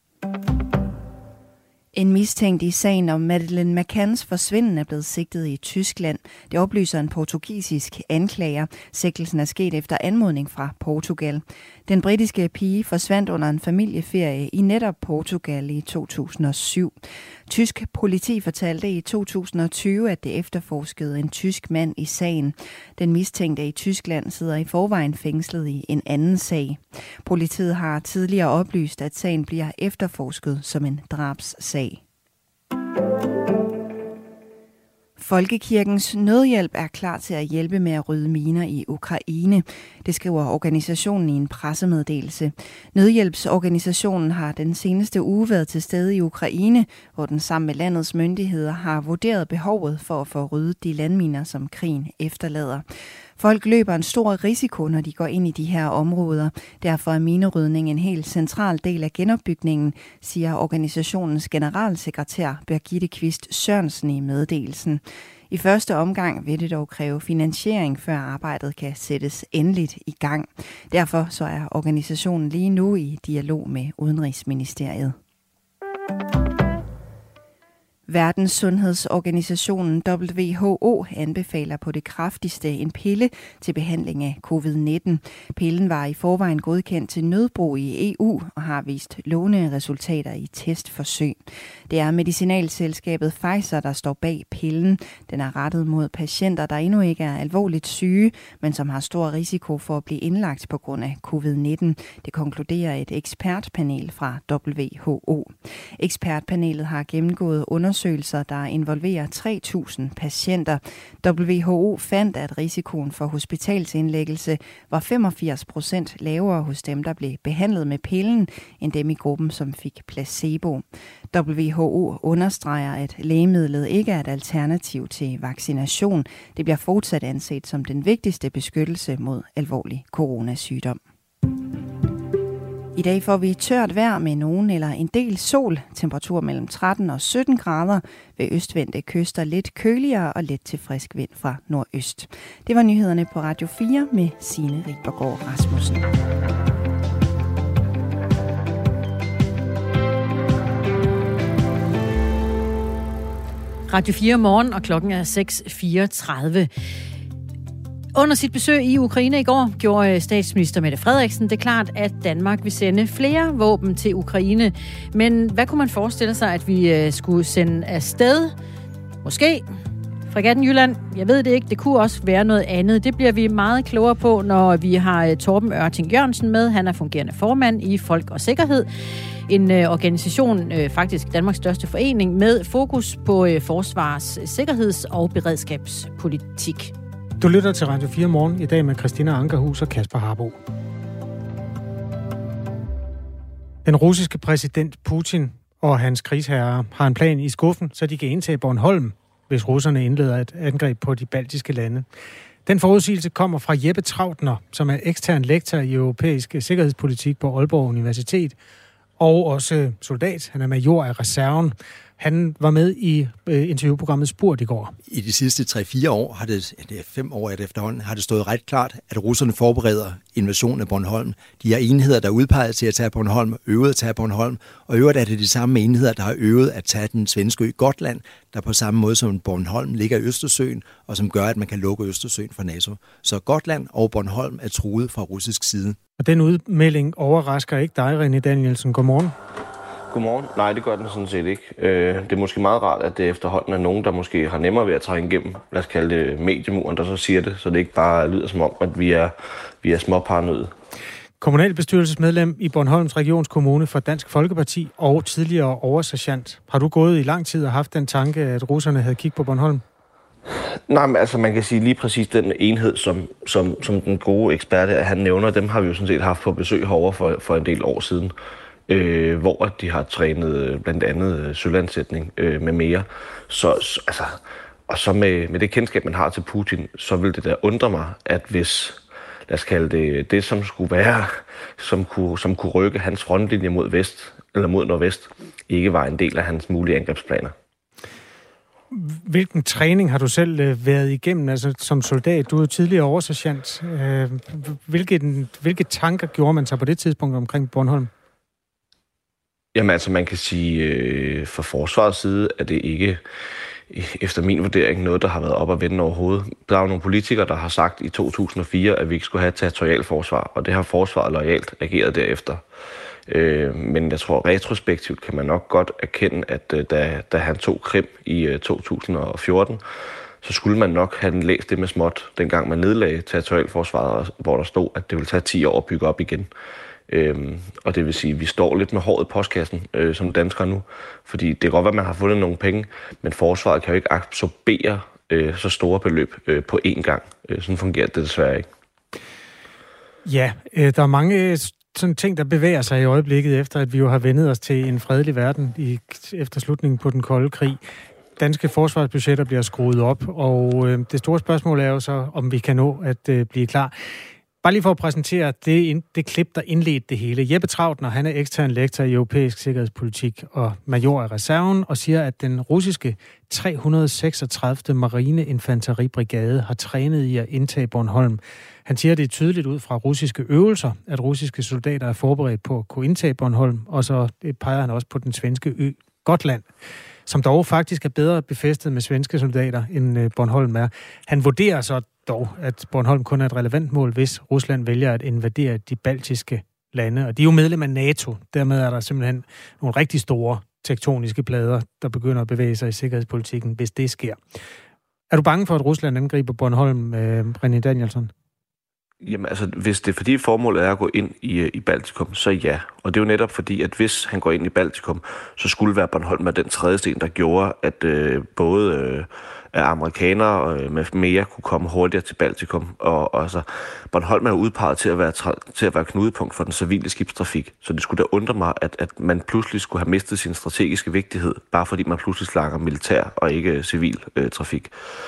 En mistænkt i sagen om Madeleine McCanns forsvinden er blevet sigtet i Tyskland. Det oplyser en portugisisk anklager. Sigtelsen er sket efter anmodning fra Portugal. Den britiske pige forsvandt under en familieferie i netop Portugal i to tusind og syv. Tysk politi fortalte i to tusind og tyve, at det efterforskede en tysk mand i sagen. Den mistænkte i Tyskland sidder i forvejen fængslet i en anden sag. Politiet har tidligere oplyst, at sagen bliver efterforsket som en drabssag. Folkekirkens Nødhjælp er klar til at hjælpe med at rydde miner i Ukraine. Det skriver organisationen i en pressemeddelelse. Nødhjælpsorganisationen har den seneste uge været til stede i Ukraine, hvor den sammen med landets myndigheder har vurderet behovet for at få ryddet de landminer, som krigen efterlader. Folk løber en stor risiko, når de går ind i de her områder. Derfor er minerydning en helt central del af genopbygningen, siger organisationens generalsekretær Birgitte Kvist Sørensen i meddelelsen. I første omgang vil det dog kræve finansiering, før arbejdet kan sættes endeligt i gang. Derfor så er organisationen lige nu i dialog med Udenrigsministeriet. Verdenssundhedsorganisationen W H O anbefaler på det kraftigste en pille til behandling af covid nitten. Pillen var i forvejen godkendt til nødbrug i E U og har vist lovende resultater i testforsøg. Det er medicinalselskabet Pfizer, der står bag pillen. Den er rettet mod patienter, der endnu ikke er alvorligt syge, men som har stor risiko for at blive indlagt på grund af covid nitten. Det konkluderer et ekspertpanel fra W H O. Ekspertpanelet har gennemgået undersøgelser, der involverer tre tusind patienter. W H O fandt, at risikoen for hospitalsindlæggelse var femogfirs procent lavere hos dem, der blev behandlet med pillen, end dem i gruppen, som fik placebo. W H O understreger, at lægemidlet ikke er et alternativ til vaccination. Det bliver fortsat anset som den vigtigste beskyttelse mod alvorlig coronasygdom. I dag får vi tørt vejr med nogen eller en del sol, temperatur mellem tretten og sytten grader, ved østvendte kyster lidt køligere og let til frisk vind fra nordøst. Det var nyhederne på Radio fire med Signe Ribergaard Rasmussen. Radio fire morgen, og klokken er seks fireogtredive. Under sit besøg i Ukraine i går gjorde statsminister Mette Frederiksen det klart, at Danmark vil sende flere våben til Ukraine. Men hvad kunne man forestille sig, at vi skulle sende afsted? Måske Fregatten Jylland, jeg ved det ikke, det kunne også være noget andet. Det bliver vi meget klogere på, når vi har Torben Ørting Jørgensen med. Han er fungerende formand i Folk og Sikkerhed. En øh, organisation, øh, faktisk Danmarks største forening, med fokus på øh, forsvars-, sikkerheds- og beredskabspolitik. Du lytter til Radio fire Morgen i dag med Christina Ankerhus og Kasper Harbo. Den russiske præsident Putin og hans krigsherrer har en plan i skuffen, så de kan indtage Bornholm, hvis russerne indleder et angreb på de baltiske lande. Den forudsigelse kommer fra Jeppe Trautner, som er ekstern lektor i europæisk sikkerhedspolitik på Aalborg Universitet, og også soldat. Han er major af reserven. Han var med i øh, interviewprogrammet Spurgt i går. I de sidste tre fire år, har det, det er fem år efterhånden, har det stået ret klart, at russerne forbereder invasionen af Bornholm. De har enheder, der er udpeget til at tage Bornholm, øvet at tage Bornholm, og øvrigt er det de samme enheder, der har øvet at tage den svenske ø Gotland, der på samme måde som Bornholm ligger i Østersøen, og som gør, at man kan lukke Østersøen for NATO. Så Gotland og Bornholm er truet fra russisk side. Og den udmelding overrasker ikke dig, René Danielsen. Godmorgen. Godmorgen. Nej, det gør den sådan set ikke. Det er måske meget rart, at det efterhånden er nogen, der måske har nemmere ved at trænge igennem, lad os kalde det mediemuren, der så siger det, så det ikke bare lyder som om, at vi er, vi er småparanoide. Kommunalbestyrelsesmedlem i Bornholms Regionskommune for Dansk Folkeparti og tidligere oversergeant. Har du gået i lang tid og haft den tanke, at russerne havde kigget på Bornholm? Nej, men altså man kan sige lige præcis den enhed, som, som, som den gode ekspert, han nævner, dem har vi jo sådan set haft på besøg herovre for, for en del år siden. Øh, hvor de har trænet blandt andet sølandsætning øh, med mere. Så, så, altså, og så med, med det kendskab, man har til Putin, så vil det da undre mig, at hvis, lad os kalde det, det som skulle være, som kunne, som kunne rykke hans frontlinje mod vest, eller mod nordvest, ikke var en del af hans mulige angrebsplaner. Hvilken træning har du selv været igennem, altså som soldat? Du er tidligere oversergeant. Hvilke, hvilke tanker gjorde man sig på det tidspunkt omkring Bornholm? Jamen altså, man kan sige, øh, fra forsvarets side er det ikke, efter min vurdering, noget, der har været op at vende overhovedet. Der er jo nogle politikere, der har sagt i to tusind og fire, at vi ikke skulle have et territorialforsvar, og det har forsvaret loyalt ageret derefter. Øh, men jeg tror, retrospektivt kan man nok godt erkende, at øh, da, da han tog Krim i øh, to tusind og fjorten, så skulle man nok have læst det med småt, dengang man nedlagde territorialforsvaret, hvor der stod, at det ville tage ti år at bygge op igen. Øhm, og det vil sige, at vi står lidt med håret i postkassen øh, som danskere nu, fordi det kan godt være, at man har fundet nogle penge, men forsvaret kan jo ikke absorbere øh, så store beløb øh, på én gang. Øh, sådan fungerer det desværre ikke. Ja, øh, der er mange sådan ting, der bevæger sig i øjeblikket, efter at vi jo har vendet os til en fredelig verden i, efter slutningen på den kolde krig. Danske forsvarsbudgetter bliver skruet op, og øh, det store spørgsmål er jo så, om vi kan nå at øh, blive klar. Bare lige for at præsentere det, det klip, der indledte det hele. Jeppe Trautner, han er ekstern lektor i europæisk sikkerhedspolitik og major af reserven, og siger, at den russiske tre hundrede og seksogtredive marineinfanteribrigade har trænet i at indtage Bornholm. Han siger, det er tydeligt ud fra russiske øvelser, at russiske soldater er forberedt på at kunne indtage Bornholm, og så peger han også på den svenske ø Gotland, som dog faktisk er bedre befæstet med svenske soldater, end Bornholm er. Han vurderer så dog, at Bornholm kun er et relevant mål, hvis Rusland vælger at invadere de baltiske lande. Og de er jo medlem af NATO. Dermed er der simpelthen nogle rigtig store tektoniske plader, der begynder at bevæge sig i sikkerhedspolitikken, hvis det sker. Er du bange for, at Rusland angriber Bornholm, øh, René Danielsen? Jamen altså, hvis det er fordi formålet er at gå ind i, i Baltikum, så ja. Og det er jo netop fordi, at hvis han går ind i Baltikum, så skulle være Bornholm med den tredje sten, der gjorde, at øh, både øh, amerikanere øh, med mere kunne komme hurtigere til Baltikum. Og, og altså, Bornholm er udpeget til at være, til at være knudepunkt for den civile skibstrafik. Så det skulle da undre mig, at, at man pludselig skulle have mistet sin strategiske vigtighed, bare fordi man pludselig slanger militær og ikke civil øh, trafik.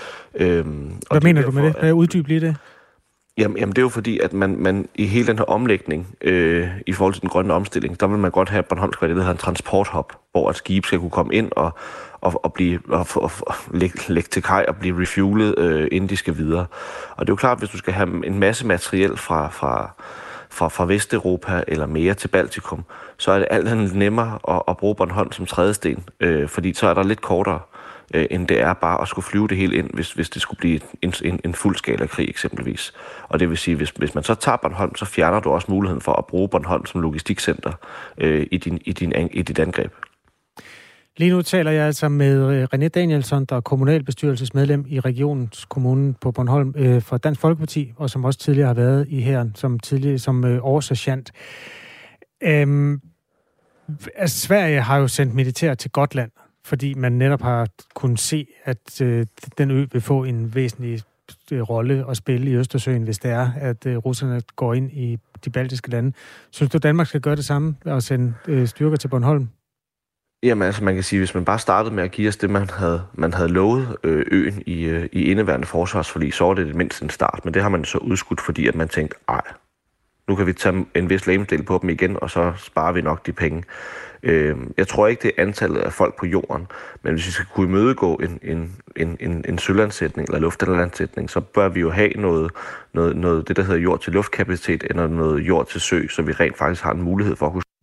Øhm, Hvad mener du med det? Hvad er uddyb lige det? Jamen, jamen det er jo fordi, at man, man i hele den her omlægning øh, i forhold til den grønne omstilling, der vil man godt have, at Bornholm skal være det, der hedder en transporthop, hvor et skib skal kunne komme ind og, og, og, blive, og, og, og lægge, lægge til kaj og blive refuelet, øh, inden de skal videre. Og det er jo klart, hvis du skal have en masse materiel fra, fra, fra, fra Vesteuropa eller mere til Baltikum, så er det alt andet nemmere at, at bruge Bornholm som trædesten, øh, fordi så er der lidt kortere, øh, end det er bare at skulle flyve det hele ind, hvis, hvis det skulle blive en, en, en fuldskala krig eksempelvis. Og det vil sige, hvis, hvis man så tager Bornholm, så fjerner du også muligheden for at bruge Bornholm som logistikcenter øh, i, din, i, din, i dit angreb. Lige nu taler jeg altså med René Danielsson, der er kommunalbestyrelsesmedlem i regionens kommune på Bornholm øh, for Dansk Folkeparti, og som også tidligere har været i hæren som, tidligere, som øh, oversergeant. Øhm, altså, Sverige har jo sendt militær til Gotland, fordi man netop har kunnet se, at øh, den ø vil få en væsentlig øh, rolle at spille i Østersøen, hvis det er, at øh, russerne går ind i de baltiske lande. Synes du, Danmark skal gøre det samme og sende øh, styrker til Bornholm? Jamen altså, man kan sige, hvis man bare startede med at give os det, man havde, man havde lovet øh, øen i, øh, i indeværende forsvarsforlig, så var det det mindste en start. Men det har man så udskudt, fordi at man tænkte, ej, nu kan vi tage en vis lægemsdel på dem igen, og så sparer vi nok de penge. Øh, jeg tror ikke, det er antallet af folk på jorden, men hvis vi skal kunne imødegå en, en, en, en, en sølandsætning eller luftlandsætning, så bør vi jo have noget, noget, noget det, der hedder jord til luftkapacitet, eller noget jord til sø, så vi rent faktisk har en mulighed for at kunne.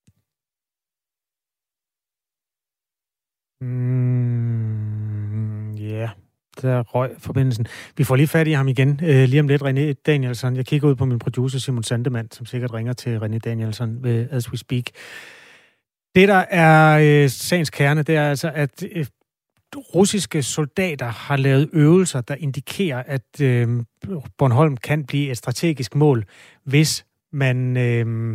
Mm, ja, yeah. Der røg forbindelsen. Vi får lige fat i ham igen. Øh, lige om lidt, René Danielsson. Jeg kigger ud på min producer, Simon Sandemann, som sikkert ringer til René Danielsson ved As We Speak. Det, der er øh, sagens kerne, det er altså, at øh, russiske soldater har lavet øvelser, der indikerer, at øh, Bornholm kan blive et strategisk mål, hvis man... Øh,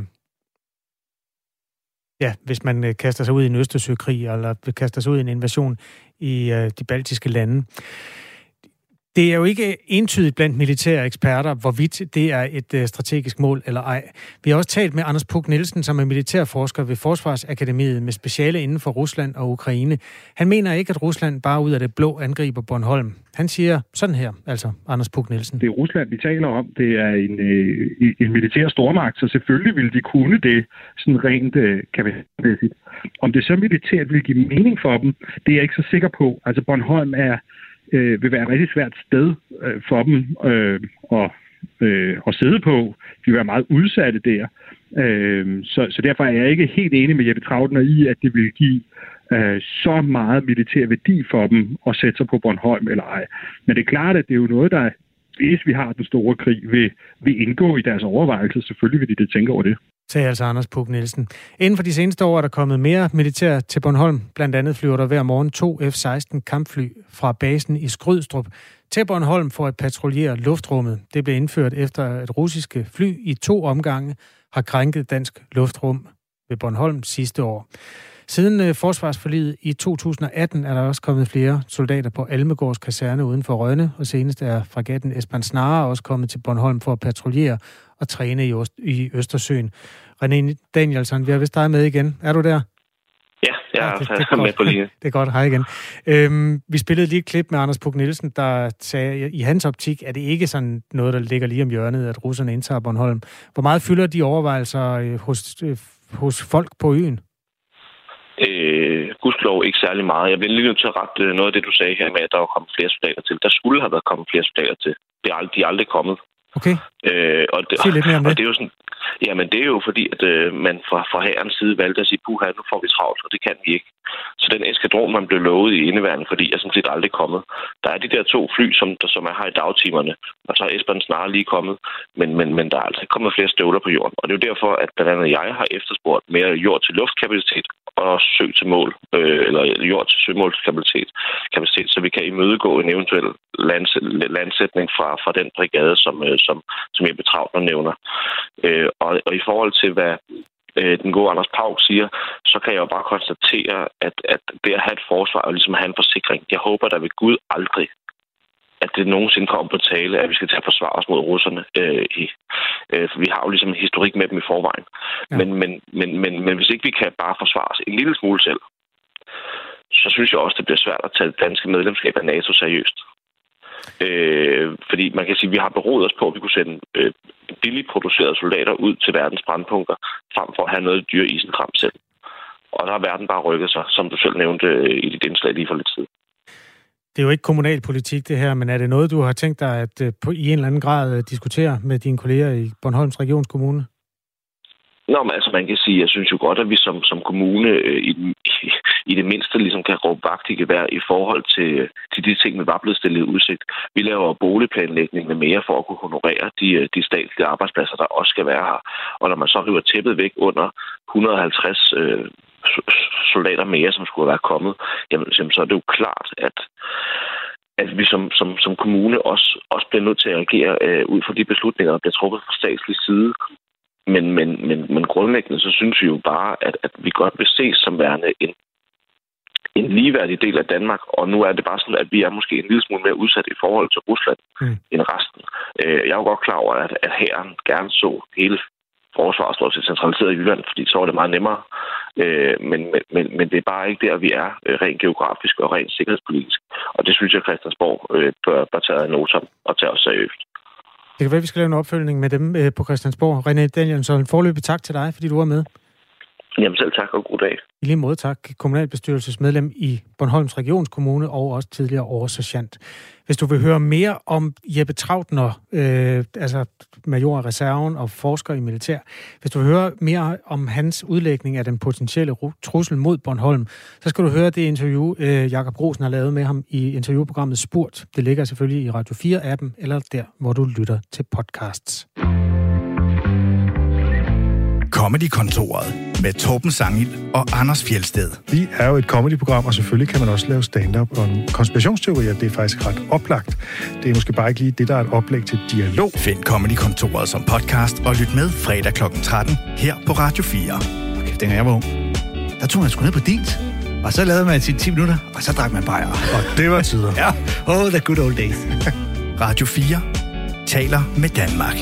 Ja, hvis man øh, kaster sig ud i en Østersøkrig, eller kaster sig ud i en invasion i øh, de baltiske lande. Det er jo ikke entydigt blandt militære eksperter, hvorvidt det er et øh, strategisk mål eller ej. Vi har også talt med Anders Puk Nielsen, som er militærforsker ved Forsvarsakademiet med speciale inden for Rusland og Ukraine. Han mener ikke, at Rusland bare ud af det blå angriber Bornholm. Han siger sådan her, altså Anders Puk Nielsen. Det er Rusland, vi taler om. Det er en, øh, en militær stormagt, så selvfølgelig ville de kunne det sådan rent øh, kapacitetsmæssigt. Om det så militært vil give mening for dem, det er jeg ikke så sikker på. Altså Bornholm er øh, vil være et rigtig svært sted øh, for dem øh, at, øh, at sidde på. De vil være meget udsatte der. Øh, så, så derfor er jeg ikke helt enig med Jeppe Trautner i, at det vil give øh, så meget militær værdi for dem at sætte sig på Bornholm eller ej. Men det er klart, at det er jo noget, der, hvis vi har den store krig, vil, vil indgå i deres overvejelser. Selvfølgelig vil de det tænke over det. Sagde altså Anders Puk Nielsen. Inden for de seneste år er der kommet mere militær til Bornholm. Blandt andet flyver der hver morgen to F seksten kampfly fra basen i Skrydstrup til Bornholm for at patruljere luftrummet. Det blev indført efter, at russiske fly i to omgange har krænket dansk luftrum ved Bornholm sidste år. Siden forsvarsforliget i to tusind og atten er der også kommet flere soldater på Almegårds kaserne uden for Rønne, og senest er fregatten Esbern Snare også kommet til Bornholm for at patruljere og træne i, Øst- i Østersøen. René Danielsson, vi har vist dig med igen. Er du der? Ja, jeg ja, det, er, det er med på lige. Det er godt, hej igen. Øhm, vi spillede lige et klip med Anders Puk Nielsen, der sagde, at i hans optik er det ikke sådan noget, der ligger lige om hjørnet, at russerne indtager Bornholm. Hvor meget fylder de overvejelser hos, hos folk på øen? Øh, gudskelov ikke særlig meget. Jeg vil lige nødt til at rette noget af det, du sagde her med, at der er kommet flere soldater til. Der skulle have været kommet flere soldater til. Det er aldrig, de er aldrig kommet. Okay. Øh, og det, lidt mere om det. Og det er jo sådan, jamen det er jo fordi, at øh, man fra, fra hærens side valgte at sige, puha, nu får vi travlt, og det kan vi ikke. Så den eskadron, man blev lovet i indeværende, fordi er sådan set aldrig kommet. Der er de der to fly, som, der, som er her i dagtimerne, og så er Esbern Snare lige kommet, men, men, men der er altså ikke kommet flere støvler på jorden. Og det er jo derfor, at blandt andet jeg har efterspurgt mere jord til luftkapacitet og sø til mål, øh, eller jord til sømålskapacitet, kapacitet, så vi kan imødegå en eventuel lands, landsætning fra, fra den brigade, som, øh, som, som Jeppe Trautner nævner. Øh, og, og i forhold til, hvad øh, den gode Anders Pauk siger, så kan jeg jo bare konstatere, at, at det at have et forsvar og ligesom at have en forsikring, jeg håber der ved Gud aldrig, at det nogensinde kommer på tale, at vi skal tage at forsvare os mod russerne. Øh, i, øh, for vi har jo ligesom en historik med dem i forvejen. Ja. Men, men, men, men, men hvis ikke vi kan bare forsvare os en lille smule selv, så synes jeg også, det bliver svært at tage det danske medlemskab af NATO seriøst. Øh, fordi man kan sige, at vi har beroet os på, at vi kunne sende øh, billigt producerede soldater ud til verdens brandpunkter, frem for at have noget dyr isenkram selv. Og der har verden bare rykket sig, som du selv nævnte øh, i dit indslag lige for lidt tid. Det er jo ikke kommunalpolitik, det her, men er det noget, du har tænkt dig at uh, på, i en eller anden grad uh, diskutere med dine kolleger i Bornholms Regionskommune? Nå, men altså man kan sige, jeg synes jo godt, at vi som, som kommune øh, i, i, i det mindste ligesom kan råbe vagt i gevær i forhold til, til de ting, vi var blevet stillet i udsigt. Vi laver boligplanlægning med mere for at kunne honorere de, de statslige arbejdspladser, der også skal være her. Og når man så river tæppet væk under et hundrede og halvtreds øh, soldater mere, som skulle være kommet, jamen, så er det jo klart, at at vi som, som, som kommune også, også bliver nødt til at reagere øh, ud fra de beslutninger, der bliver truffet fra statslig side. Men, men, men, men grundlæggende, så synes vi jo bare, at, at vi godt vil ses som værende en, en ligeværdig del af Danmark, og nu er det bare sådan, at vi er måske en lille smule mere udsat i forhold til Rusland mm. end resten. Øh, jeg er jo godt klar over, at, at hæren gerne så hele forsvaret stort set centraliseret i Jylland, fordi så var det meget nemmere. Øh, men, men, men det er bare ikke der, vi er øh, rent geografisk og rent sikkerhedspolitisk. Og det synes jeg, at Christiansborg øh, bør, bør tage ad notam og tage os seriøst. Det kan være, vi skal lave en opfølgning med dem øh, på Christiansborg. René Danielsson, foreløbig tak til dig, fordi du var med. Jamen selv tak, og god dag. I lige måde tak, kommunalbestyrelsesmedlem i Bornholms Regionskommune og også tidligere oversergeant. Hvis du vil høre mere om Jeppe Trautner, øh, altså major af reserven og forsker i militær, hvis du vil høre mere om hans udlægning af den potentielle trussel mod Bornholm, så skal du høre det interview, øh, Jakob Rosen har lavet med ham i interviewprogrammet Spurt. Det ligger selvfølgelig i Radio fire-appen, eller der, hvor du lytter til podcasts. Comedy-kontoret med Torben Sangil og Anders Fjeldsted. Vi er jo et comedy-program, og selvfølgelig kan man også lave stand-up og en konspirationsteori, og det er faktisk ret oplagt. Det er måske bare ikke lige det, der er et oplæg til dialog. Find Comedy-kontoret som podcast og lyt med fredag klokken tretten her på Radio fire. Okay, dengang jeg var ung, der tog man sgu ned på dit, og så lavede man sine ti minutter, og så drak man bajer. Og det var tider. Ja, oh, the good old days. Radio fire taler med Danmark.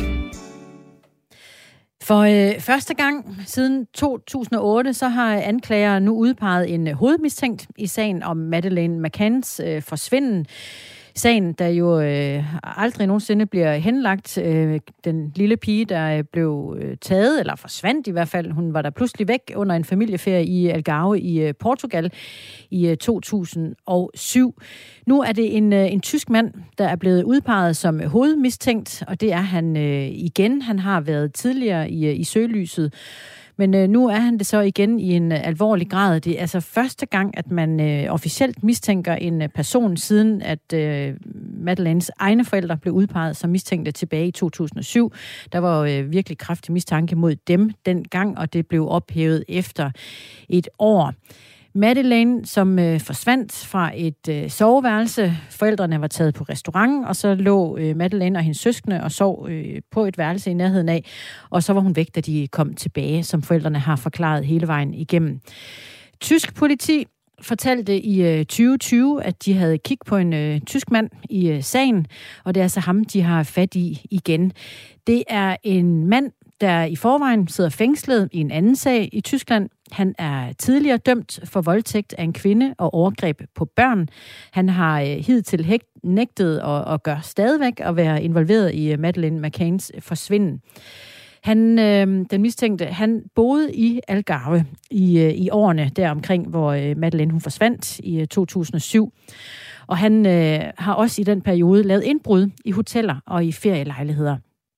For øh, første gang siden to tusind og otte, så har anklager nu udpeget en hovedmistænkt i sagen om Madeleine McCanns øh, forsvinden. Sagen, der jo øh, aldrig nogensinde bliver henlagt. Øh, den lille pige, der blev øh, taget, eller forsvandt i hvert fald, hun var der pludselig væk under en familieferie i Algarve i øh, Portugal i øh, to tusind og syv. Nu er det en, øh, en tysk mand, der er blevet udpeget som hovedmistænkt, og det er han øh, igen. Han har været tidligere i, øh, i søgelyset. Men øh, nu er han det så igen i en øh, alvorlig grad. Det er altså første gang, at man øh, officielt mistænker en øh, person, siden at øh, Madeleines egne forældre blev udpeget som mistænkte tilbage i to tusind og syv. Der var øh, virkelig kraftig mistanke mod dem dengang, og det blev ophævet efter et år. Madeleine, som øh, forsvandt fra et øh, soveværelse. Forældrene var taget på restaurant, og så lå øh, Madeleine og hendes søskende og sov øh, på et værelse i nærheden af. Og så var hun væk, da de kom tilbage, som forældrene har forklaret hele vejen igennem. Tysk politi fortalte i øh, tyve tyve, at de havde kig på en øh, tysk mand i øh, sagen, og det er altså ham, de har fat i igen. Det er en mand, der i forvejen sidder fængslet i en anden sag i Tyskland. Han er tidligere dømt for voldtægt af en kvinde og overgreb på børn. Han har øh, hidtil hægt, nægtet og, og gør stadigvæk at være involveret i øh, Madeleine McCanns forsvinden. Han, øh, den mistænkte, han boede i Algarve i, øh, i årene deromkring, hvor øh, Madeleine hun forsvandt i øh, to tusind og syv. Og han øh, har også i den periode lavet indbrud i hoteller og i ferielejligheder.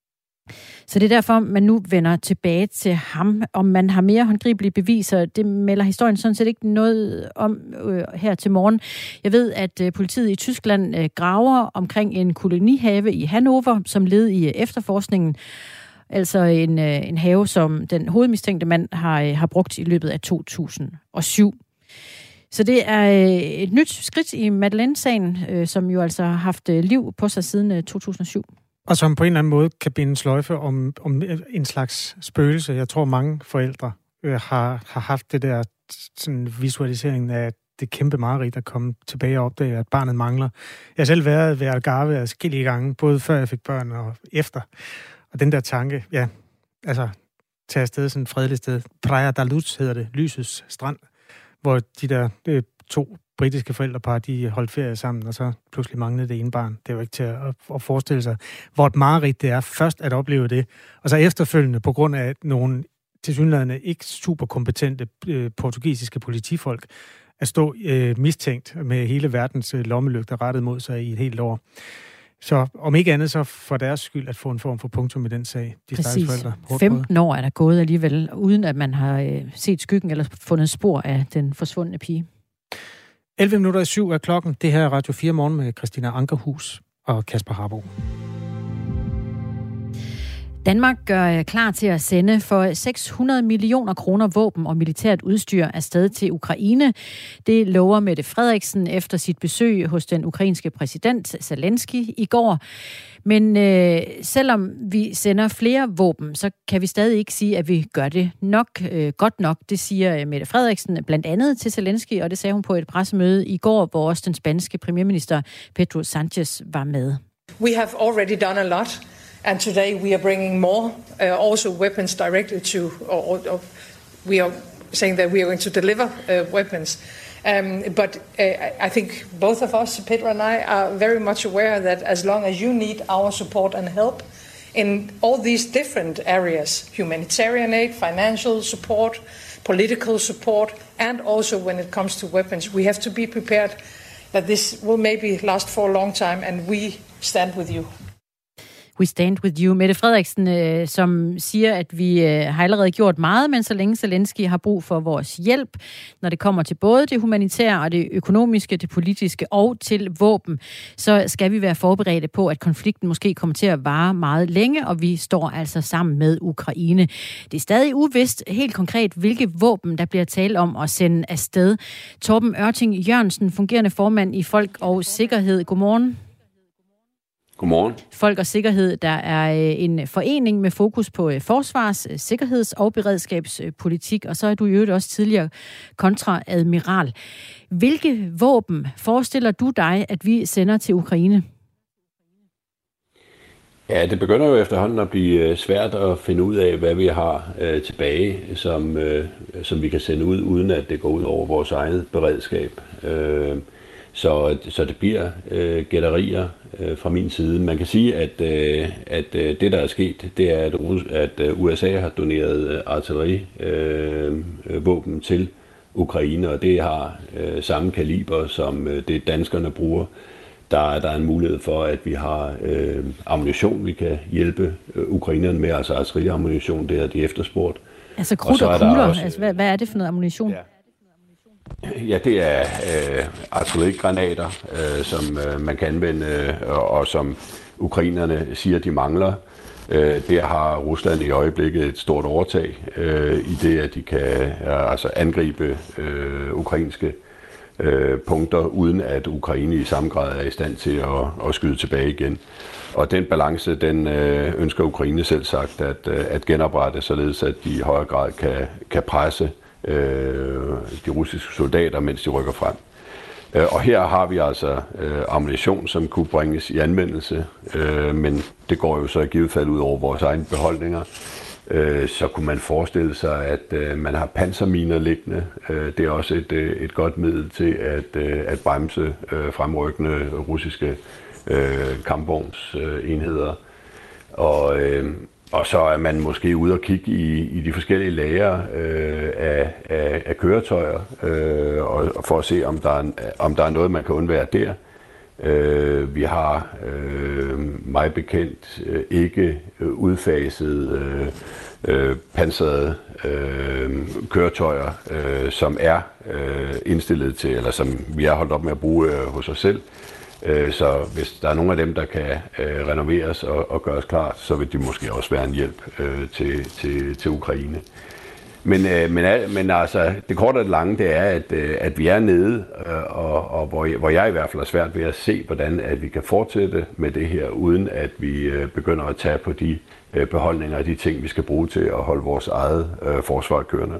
Så det er derfor, man nu vender tilbage til ham. Om man har mere håndgribelige beviser, det melder historien sådan set ikke noget om øh, her til morgen. Jeg ved, at øh, politiet i Tyskland øh, graver omkring en kolonihave i Hannover, som led i øh, efterforskningen. Altså en, øh, en have, som den hovedmistænkte mand har, øh, har brugt i løbet af to tusind og syv. Så det er øh, et nyt skridt i Madeleine-sagen, øh, som jo altså har haft øh, liv på sig siden øh, to tusind og syv. Og som på en eller anden måde kan binde sløjfe om, om en slags spøgelse. Jeg tror, mange forældre øh, har, har haft det der sådan visualisering af det kæmpe mareridt at komme tilbage og opdage, at barnet mangler. Jeg har selv været ved Algarve adskillige gange, både før jeg fik børn og efter. Og den der tanke, ja, altså tage afsted sådan et fredeligt sted. Praia da Luz hedder det, lysets strand, hvor de der øh, to britiske forældrepar, de holdt ferie sammen, og så pludselig manglede det ene barn. Det er jo ikke til at, at forestille sig, hvor et mareridt det er først at opleve det, og så efterfølgende, på grund af nogle tilsyneladende ikke super kompetente øh, portugisiske politifolk, at stå øh, mistænkt med hele verdens øh, lommelygter rettet mod sig i et helt år. Så om ikke andet, så for deres skyld at få en form for punktum i den sag. De Præcis. femten år er der gået alligevel, uden at man har øh, set skyggen eller fundet spor af den forsvundne pige. elleve minutter i syv er klokken. Det her er Radio fire Morgen med Christina Ankerhus og Kasper Harbo. Danmark gør klar til at sende for seks hundrede millioner kroner våben og militært udstyr afsted til Ukraine. Det lover Mette Frederiksen efter sit besøg hos den ukrainske præsident Zelensky i går. Men øh, selvom vi sender flere våben, så kan vi stadig ikke sige, at vi gør det nok øh, godt nok. Det siger Mette Frederiksen blandt andet til Zelensky, og det sagde hun på et pressemøde i går, hvor også den spanske premierminister Pedro Sánchez var med. We have already done a lot. And today we are bringing more, uh, also weapons directly to, or, or we are saying that we are going to deliver uh, weapons. Um, but uh, I think both of us, Pedro and I, are very much aware that as long as you need our support and help in all these different areas, humanitarian aid, financial support, political support, and also when it comes to weapons, we have to be prepared that this will maybe last for a long time, and we stand with you. We stand with you. Mette Frederiksen, øh, som siger, at vi øh, har allerede gjort meget, men så længe Zelensky har brug for vores hjælp, når det kommer til både det humanitære og det økonomiske, det politiske og til våben, så skal vi være forberedte på, at konflikten måske kommer til at vare meget længe, og vi står altså sammen med Ukraine. Det er stadig uvist helt konkret, hvilke våben, der bliver tale om at sende afsted. Torben Ørting Jørgensen, fungerende formand i Folk og Sikkerhed. Godmorgen. Godmorgen. Folk og Sikkerhed, der er en forening med fokus på forsvars-, sikkerheds- og beredskabspolitik, og så er du jo også tidligere kontraadmiral. Hvilke våben forestiller du dig, at vi sender til Ukraine? Ja, det begynder jo efterhånden at blive svært at finde ud af, hvad vi har øh, tilbage, som, øh, som vi kan sende ud, uden at det går ud over vores eget beredskab. Øh, Så, så det bliver øh, gætterier øh, fra min side. Man kan sige, at, øh, at øh, det, der er sket, det er, at, at øh, U S A har doneret artillerivåben øh, til Ukraine, og det har øh, samme kaliber, som øh, det danskerne bruger. Der, der er en mulighed for, at vi har øh, ammunition, vi kan hjælpe øh, ukrainerne med, altså artilleriammunition, det har de efterspurgt. Altså krudt og, og kugler, også, altså, hvad, hvad er det for noget ammunition? Ja. Ja, det er øh, artillerigranater, øh, som øh, man kan anvende, øh, og, og som ukrainerne siger, de mangler. Øh, der har Rusland i øjeblikket et stort overtag øh, i det, at de kan øh, altså angribe øh, ukrainske øh, punkter, uden at Ukraine i samme grad er i stand til at, at skyde tilbage igen. Og den balance, den øh, ønsker Ukraine selv sagt at, øh, at genoprette, således at de i højere grad kan, kan presse de russiske soldater, mens de rykker frem. Og her har vi altså øh, ammunition, som kunne bringes i anvendelse, øh, men det går jo så i givet fald ud over vores egne beholdninger. Øh, så kunne man forestille sig, at øh, man har panserminer liggende. Øh, det er også et, et godt middel til at, øh, at bremse øh, fremrykkende russiske øh, kampvognsenheder. Og øh, Og så er man måske ude og kigge i, i de forskellige lager øh, af, af, af køretøjer, øh, og, og for at se, om der, er, om der er noget, man kan undvære der. Øh, vi har øh, meget bekendt øh, ikke udfaset øh, øh, pansrede øh, køretøjer, øh, som er øh, indstillet til, eller som vi er holdt op med at bruge øh, hos os selv. Så hvis der er nogle af dem, der kan øh, renoveres og, og gøres klar, så vil de måske også være en hjælp øh, til, til, til Ukraine. Men, øh, men, men altså, det korte og det lange, det er, at, øh, at vi er nede, øh, og, og hvor, jeg, hvor jeg i hvert fald er svært ved at se, hvordan at vi kan fortsætte med det her, uden at vi øh, begynder at tage på de øh, beholdninger og de ting, vi skal bruge til at holde vores eget øh, forsvar kørende.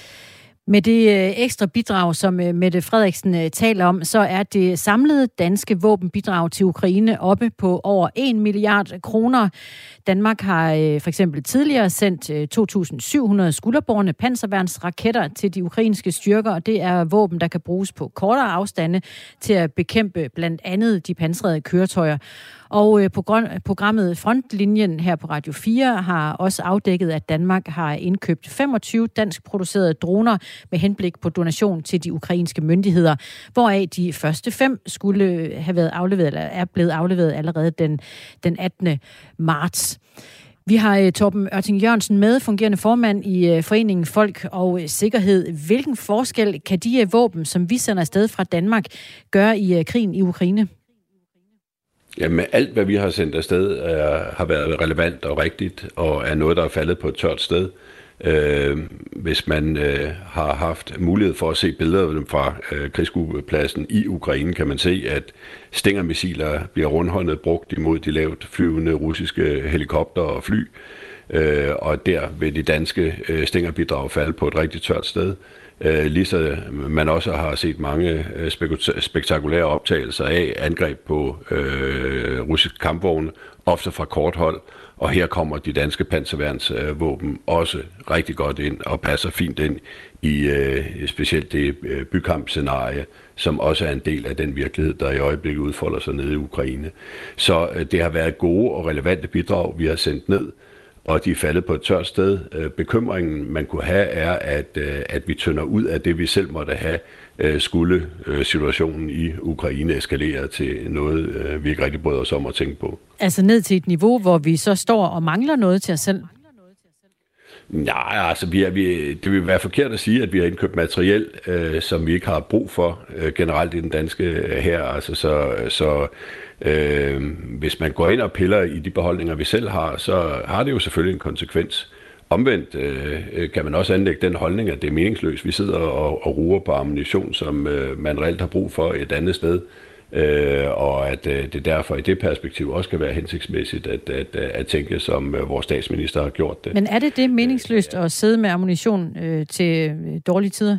Med det ekstra bidrag, som Mette Frederiksen taler om, så er det samlede danske våbenbidrag til Ukraine oppe på over en milliard kroner. Danmark har for eksempel tidligere sendt to tusind syv hundrede skulderbårne panserværnsraketter til de ukrainske styrker, og det er våben, der kan bruges på kortere afstande til at bekæmpe blandt andet de pansrede køretøjer. Og programmet Frontlinjen her på Radio fire har også afdækket, at Danmark har indkøbt femogtyve danskproducerede droner med henblik på donation til de ukrainske myndigheder, hvoraf de første fem skulle have været afleveret, eller er blevet afleveret allerede den, den attende marts. Vi har Torben Ørting Jørgensen med, fungerende formand i Foreningen Folk og Sikkerhed. Hvilken forskel kan de våben, som vi sender afsted fra Danmark, gøre i krigen i Ukraine? Jamen, alt hvad vi har sendt afsted er, har været relevant og rigtigt, og er noget, der er faldet på et tørt sted. Øh, hvis man øh, har haft mulighed for at se billeder fra øh, krigsskuepladsen i Ukraine, kan man se, at Stinger-missiler bliver rundhåndet brugt imod de lavt flyvende russiske helikopter og fly, øh, og der vil de danske øh, Stinger-bidrag falde på et rigtig tørt sted. Øh, ligesom man også har set mange øh, spektakulære optagelser af angreb på øh, russiske kampvogne, ofte fra kort hold. Og her kommer de danske panserværnsvåben også rigtig godt ind og passer fint ind i øh, specielt det øh, bykampscenarie, som også er en del af den virkelighed, der i øjeblikket udfolder sig nede i Ukraine. Så øh, det har været gode og relevante bidrag, vi har sendt ned, og de er faldet på et tørt sted. Øh, bekymringen, man kunne have, er, at, øh, at vi tynder ud af det, vi selv måtte have, øh, skulle øh, situationen i Ukraine eskalere til noget, øh, vi ikke rigtig bryder os om at tænke på. Altså ned til et niveau, hvor vi så står og mangler noget til os selv? Nej, altså vi er, vi, det vil være forkert at sige, at vi har indkøbt materiel, øh, som vi ikke har brug for øh, generelt i den danske hær. Altså, så så øh, hvis man går ind og piller i de beholdninger, vi selv har, så har det jo selvfølgelig en konsekvens. Omvendt øh, kan man også anlægge den holdning, at det er meningsløst. Vi sidder og, og ruger på ammunition, som øh, man reelt har brug for et andet sted. Øh, og at øh, det derfor i det perspektiv også kan være hensigtsmæssigt at, at, at tænke, som øh, vores statsminister har gjort det. Men er det det meningsløst at sidde med ammunition øh, til dårlige tider?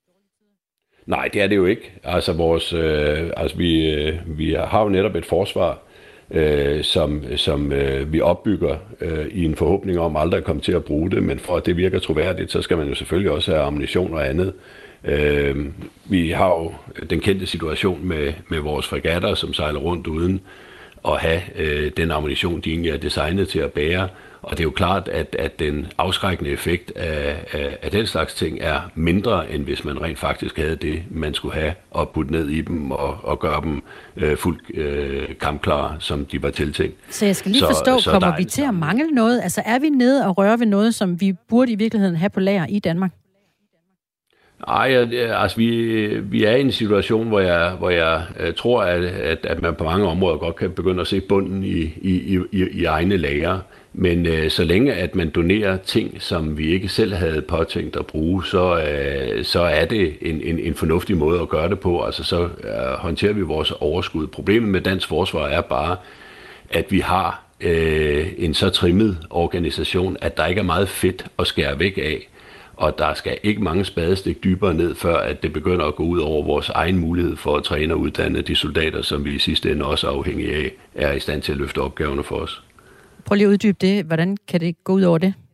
Nej, det er det jo ikke. Altså, vores, øh, altså vi, øh, vi har jo netop et forsvar, øh, som, som øh, vi opbygger øh, i en forhåbning om aldrig at komme til at bruge det, men for at det virker troværdigt, så skal man jo selvfølgelig også have ammunition og andet. Øh, vi har jo den kendte situation med, med vores fregatter, som sejler rundt uden at have øh, den ammunition, de egentlig er designet til at bære. Og det er jo klart, at, at den afskrækkende effekt af, af, af den slags ting er mindre, end hvis man rent faktisk havde det, man skulle have, og putte ned i dem og, og gøre dem øh, fuldt øh, kampklare, som de var tiltænkt. Så jeg skal lige så, forstå, så kommer vi til at mangle noget? Altså er vi nede og røre ved noget, som vi burde i virkeligheden have på lager i Danmark? Nej, altså vi, vi er i en situation, hvor jeg, hvor jeg tror, at, at, at man på mange områder godt kan begynde at se bunden i, i, i, i egne lager. Men øh, så længe at man donerer ting, som vi ikke selv havde påtænkt at bruge, så, øh, så er det en, en, en fornuftig måde at gøre det på. Altså så øh, håndterer vi vores overskud. Problemet med dansk forsvar er bare, at vi har øh, en så trimmet organisation, at der ikke er meget fedt at skære væk af. Og der skal ikke mange spadestik dybere ned, før at det begynder at gå ud over vores egen mulighed for at træne og uddanne de soldater, som vi i sidste ende også er afhængige af, er i stand til at løfte opgaverne for os. Prøv lige at uddybe det. Hvordan kan det gå ud over det?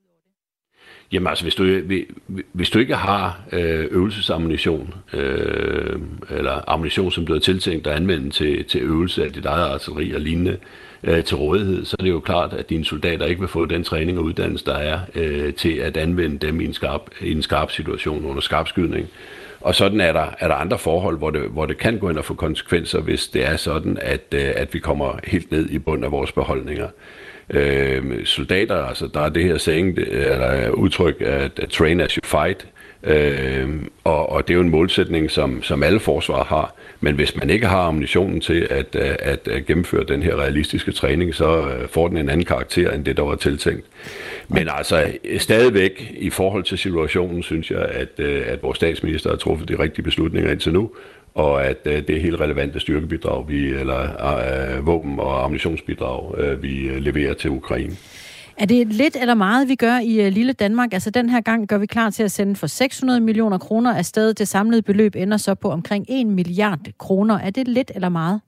Jamen altså, hvis du, hvis du ikke har øvelsesammunition, øh, eller ammunition, som du har tiltænkt at anvende til, til øvelse af dit eget artilleri og lignende, øh, til rådighed, så er det jo klart, at dine soldater ikke vil få den træning og uddannelse, der er øh, til at anvende dem i en skarp, i en skarp situation under skarpskydning. Og sådan er der, er der andre forhold, hvor det, hvor det kan gå ind og få konsekvenser, hvis det er sådan, at, at vi kommer helt ned i bunden af vores beholdninger. Øh, soldater, altså der er det her saying, eller udtryk, at train as you fight, øh, og, og det er jo en målsætning, som, som alle forsvar har, men hvis man ikke har ammunitionen til at, at, at gennemføre den her realistiske træning, så får den en anden karakter, end det, der var tiltænkt. Men altså, stadigvæk i forhold til situationen, synes jeg, at, at vores statsminister har truffet de rigtige beslutninger indtil nu, og at det er helt relevante styrkebidrag, vi, eller uh, våben- og ammunitionsbidrag, uh, vi leverer til Ukraine. Er det lidt eller meget, vi gør i uh, lille Danmark? Altså den her gang gør vi klar til at sende for seks hundrede millioner kroner afsted. Det samlede beløb ender så på omkring en milliard kroner. Er det lidt eller meget?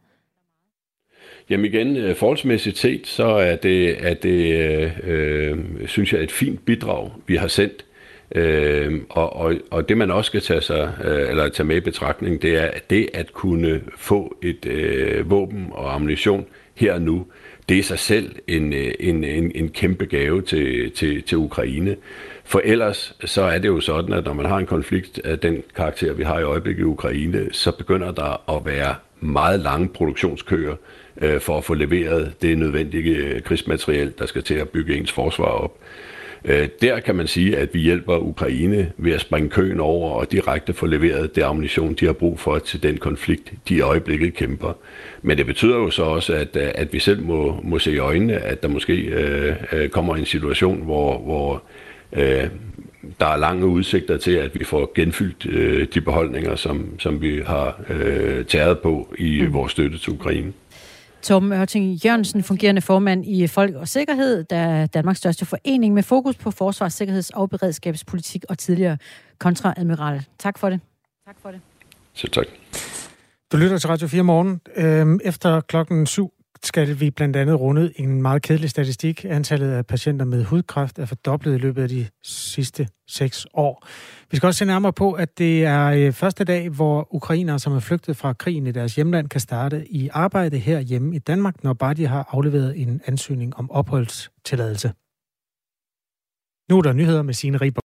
Jamen igen, forholdsmæssigt set, så er det, er det øh, synes jeg, et fint bidrag, vi har sendt. Øh, og, og, og det man også skal tage, sig, øh, eller tage med i betragtning, det er at det at kunne få et øh, våben og ammunition her og nu. Det er i sig selv en, en, en, en kæmpe gave til, til, til Ukraine. For ellers så er det jo sådan, at når man har en konflikt af den karakter, vi har i øjeblikket i Ukraine, så begynder der at være meget lange produktionskøer øh, for at få leveret det nødvendige krigsmateriel, der skal til at bygge ens forsvar op. Øh, der kan man sige, at vi hjælper Ukraine ved at springe køen over og direkte få leveret det ammunition, de har brug for til den konflikt, de i øjeblikket kæmper. Men det betyder jo så også, at, at vi selv må, må se i øjnene, at der måske øh, kommer en situation, hvor, hvor øh, der er lange udsigter til, at vi får genfyldt øh, de beholdninger, som, som vi har øh, tæret på i mm. vores støtte til Ukraine. Torben Ørting Jørgensen, fungerende formand i Folk og Sikkerhed, der er Danmarks største forening med fokus på forsvars-, sikkerheds- og beredskabspolitik og tidligere kontraadmiral. Tak for det. Tak for det. Selv tak. Du lytter til Radio fire Morgen. Øhm, efter klokken syv skal vi blandt andet runde en meget kedelig statistik. Antallet af patienter med hudkræft er fordoblet i løbet af de sidste seks år. Vi skal også se nærmere på, at det er første dag, hvor ukrainere, som er flygtet fra krigen i deres hjemland, kan starte i arbejde herhjemme i Danmark, når bare de har afleveret en ansøgning om opholdstilladelse. Nu er der nyheder med Signe Riber.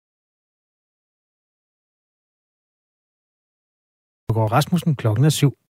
Rasmussen, klokken er syv.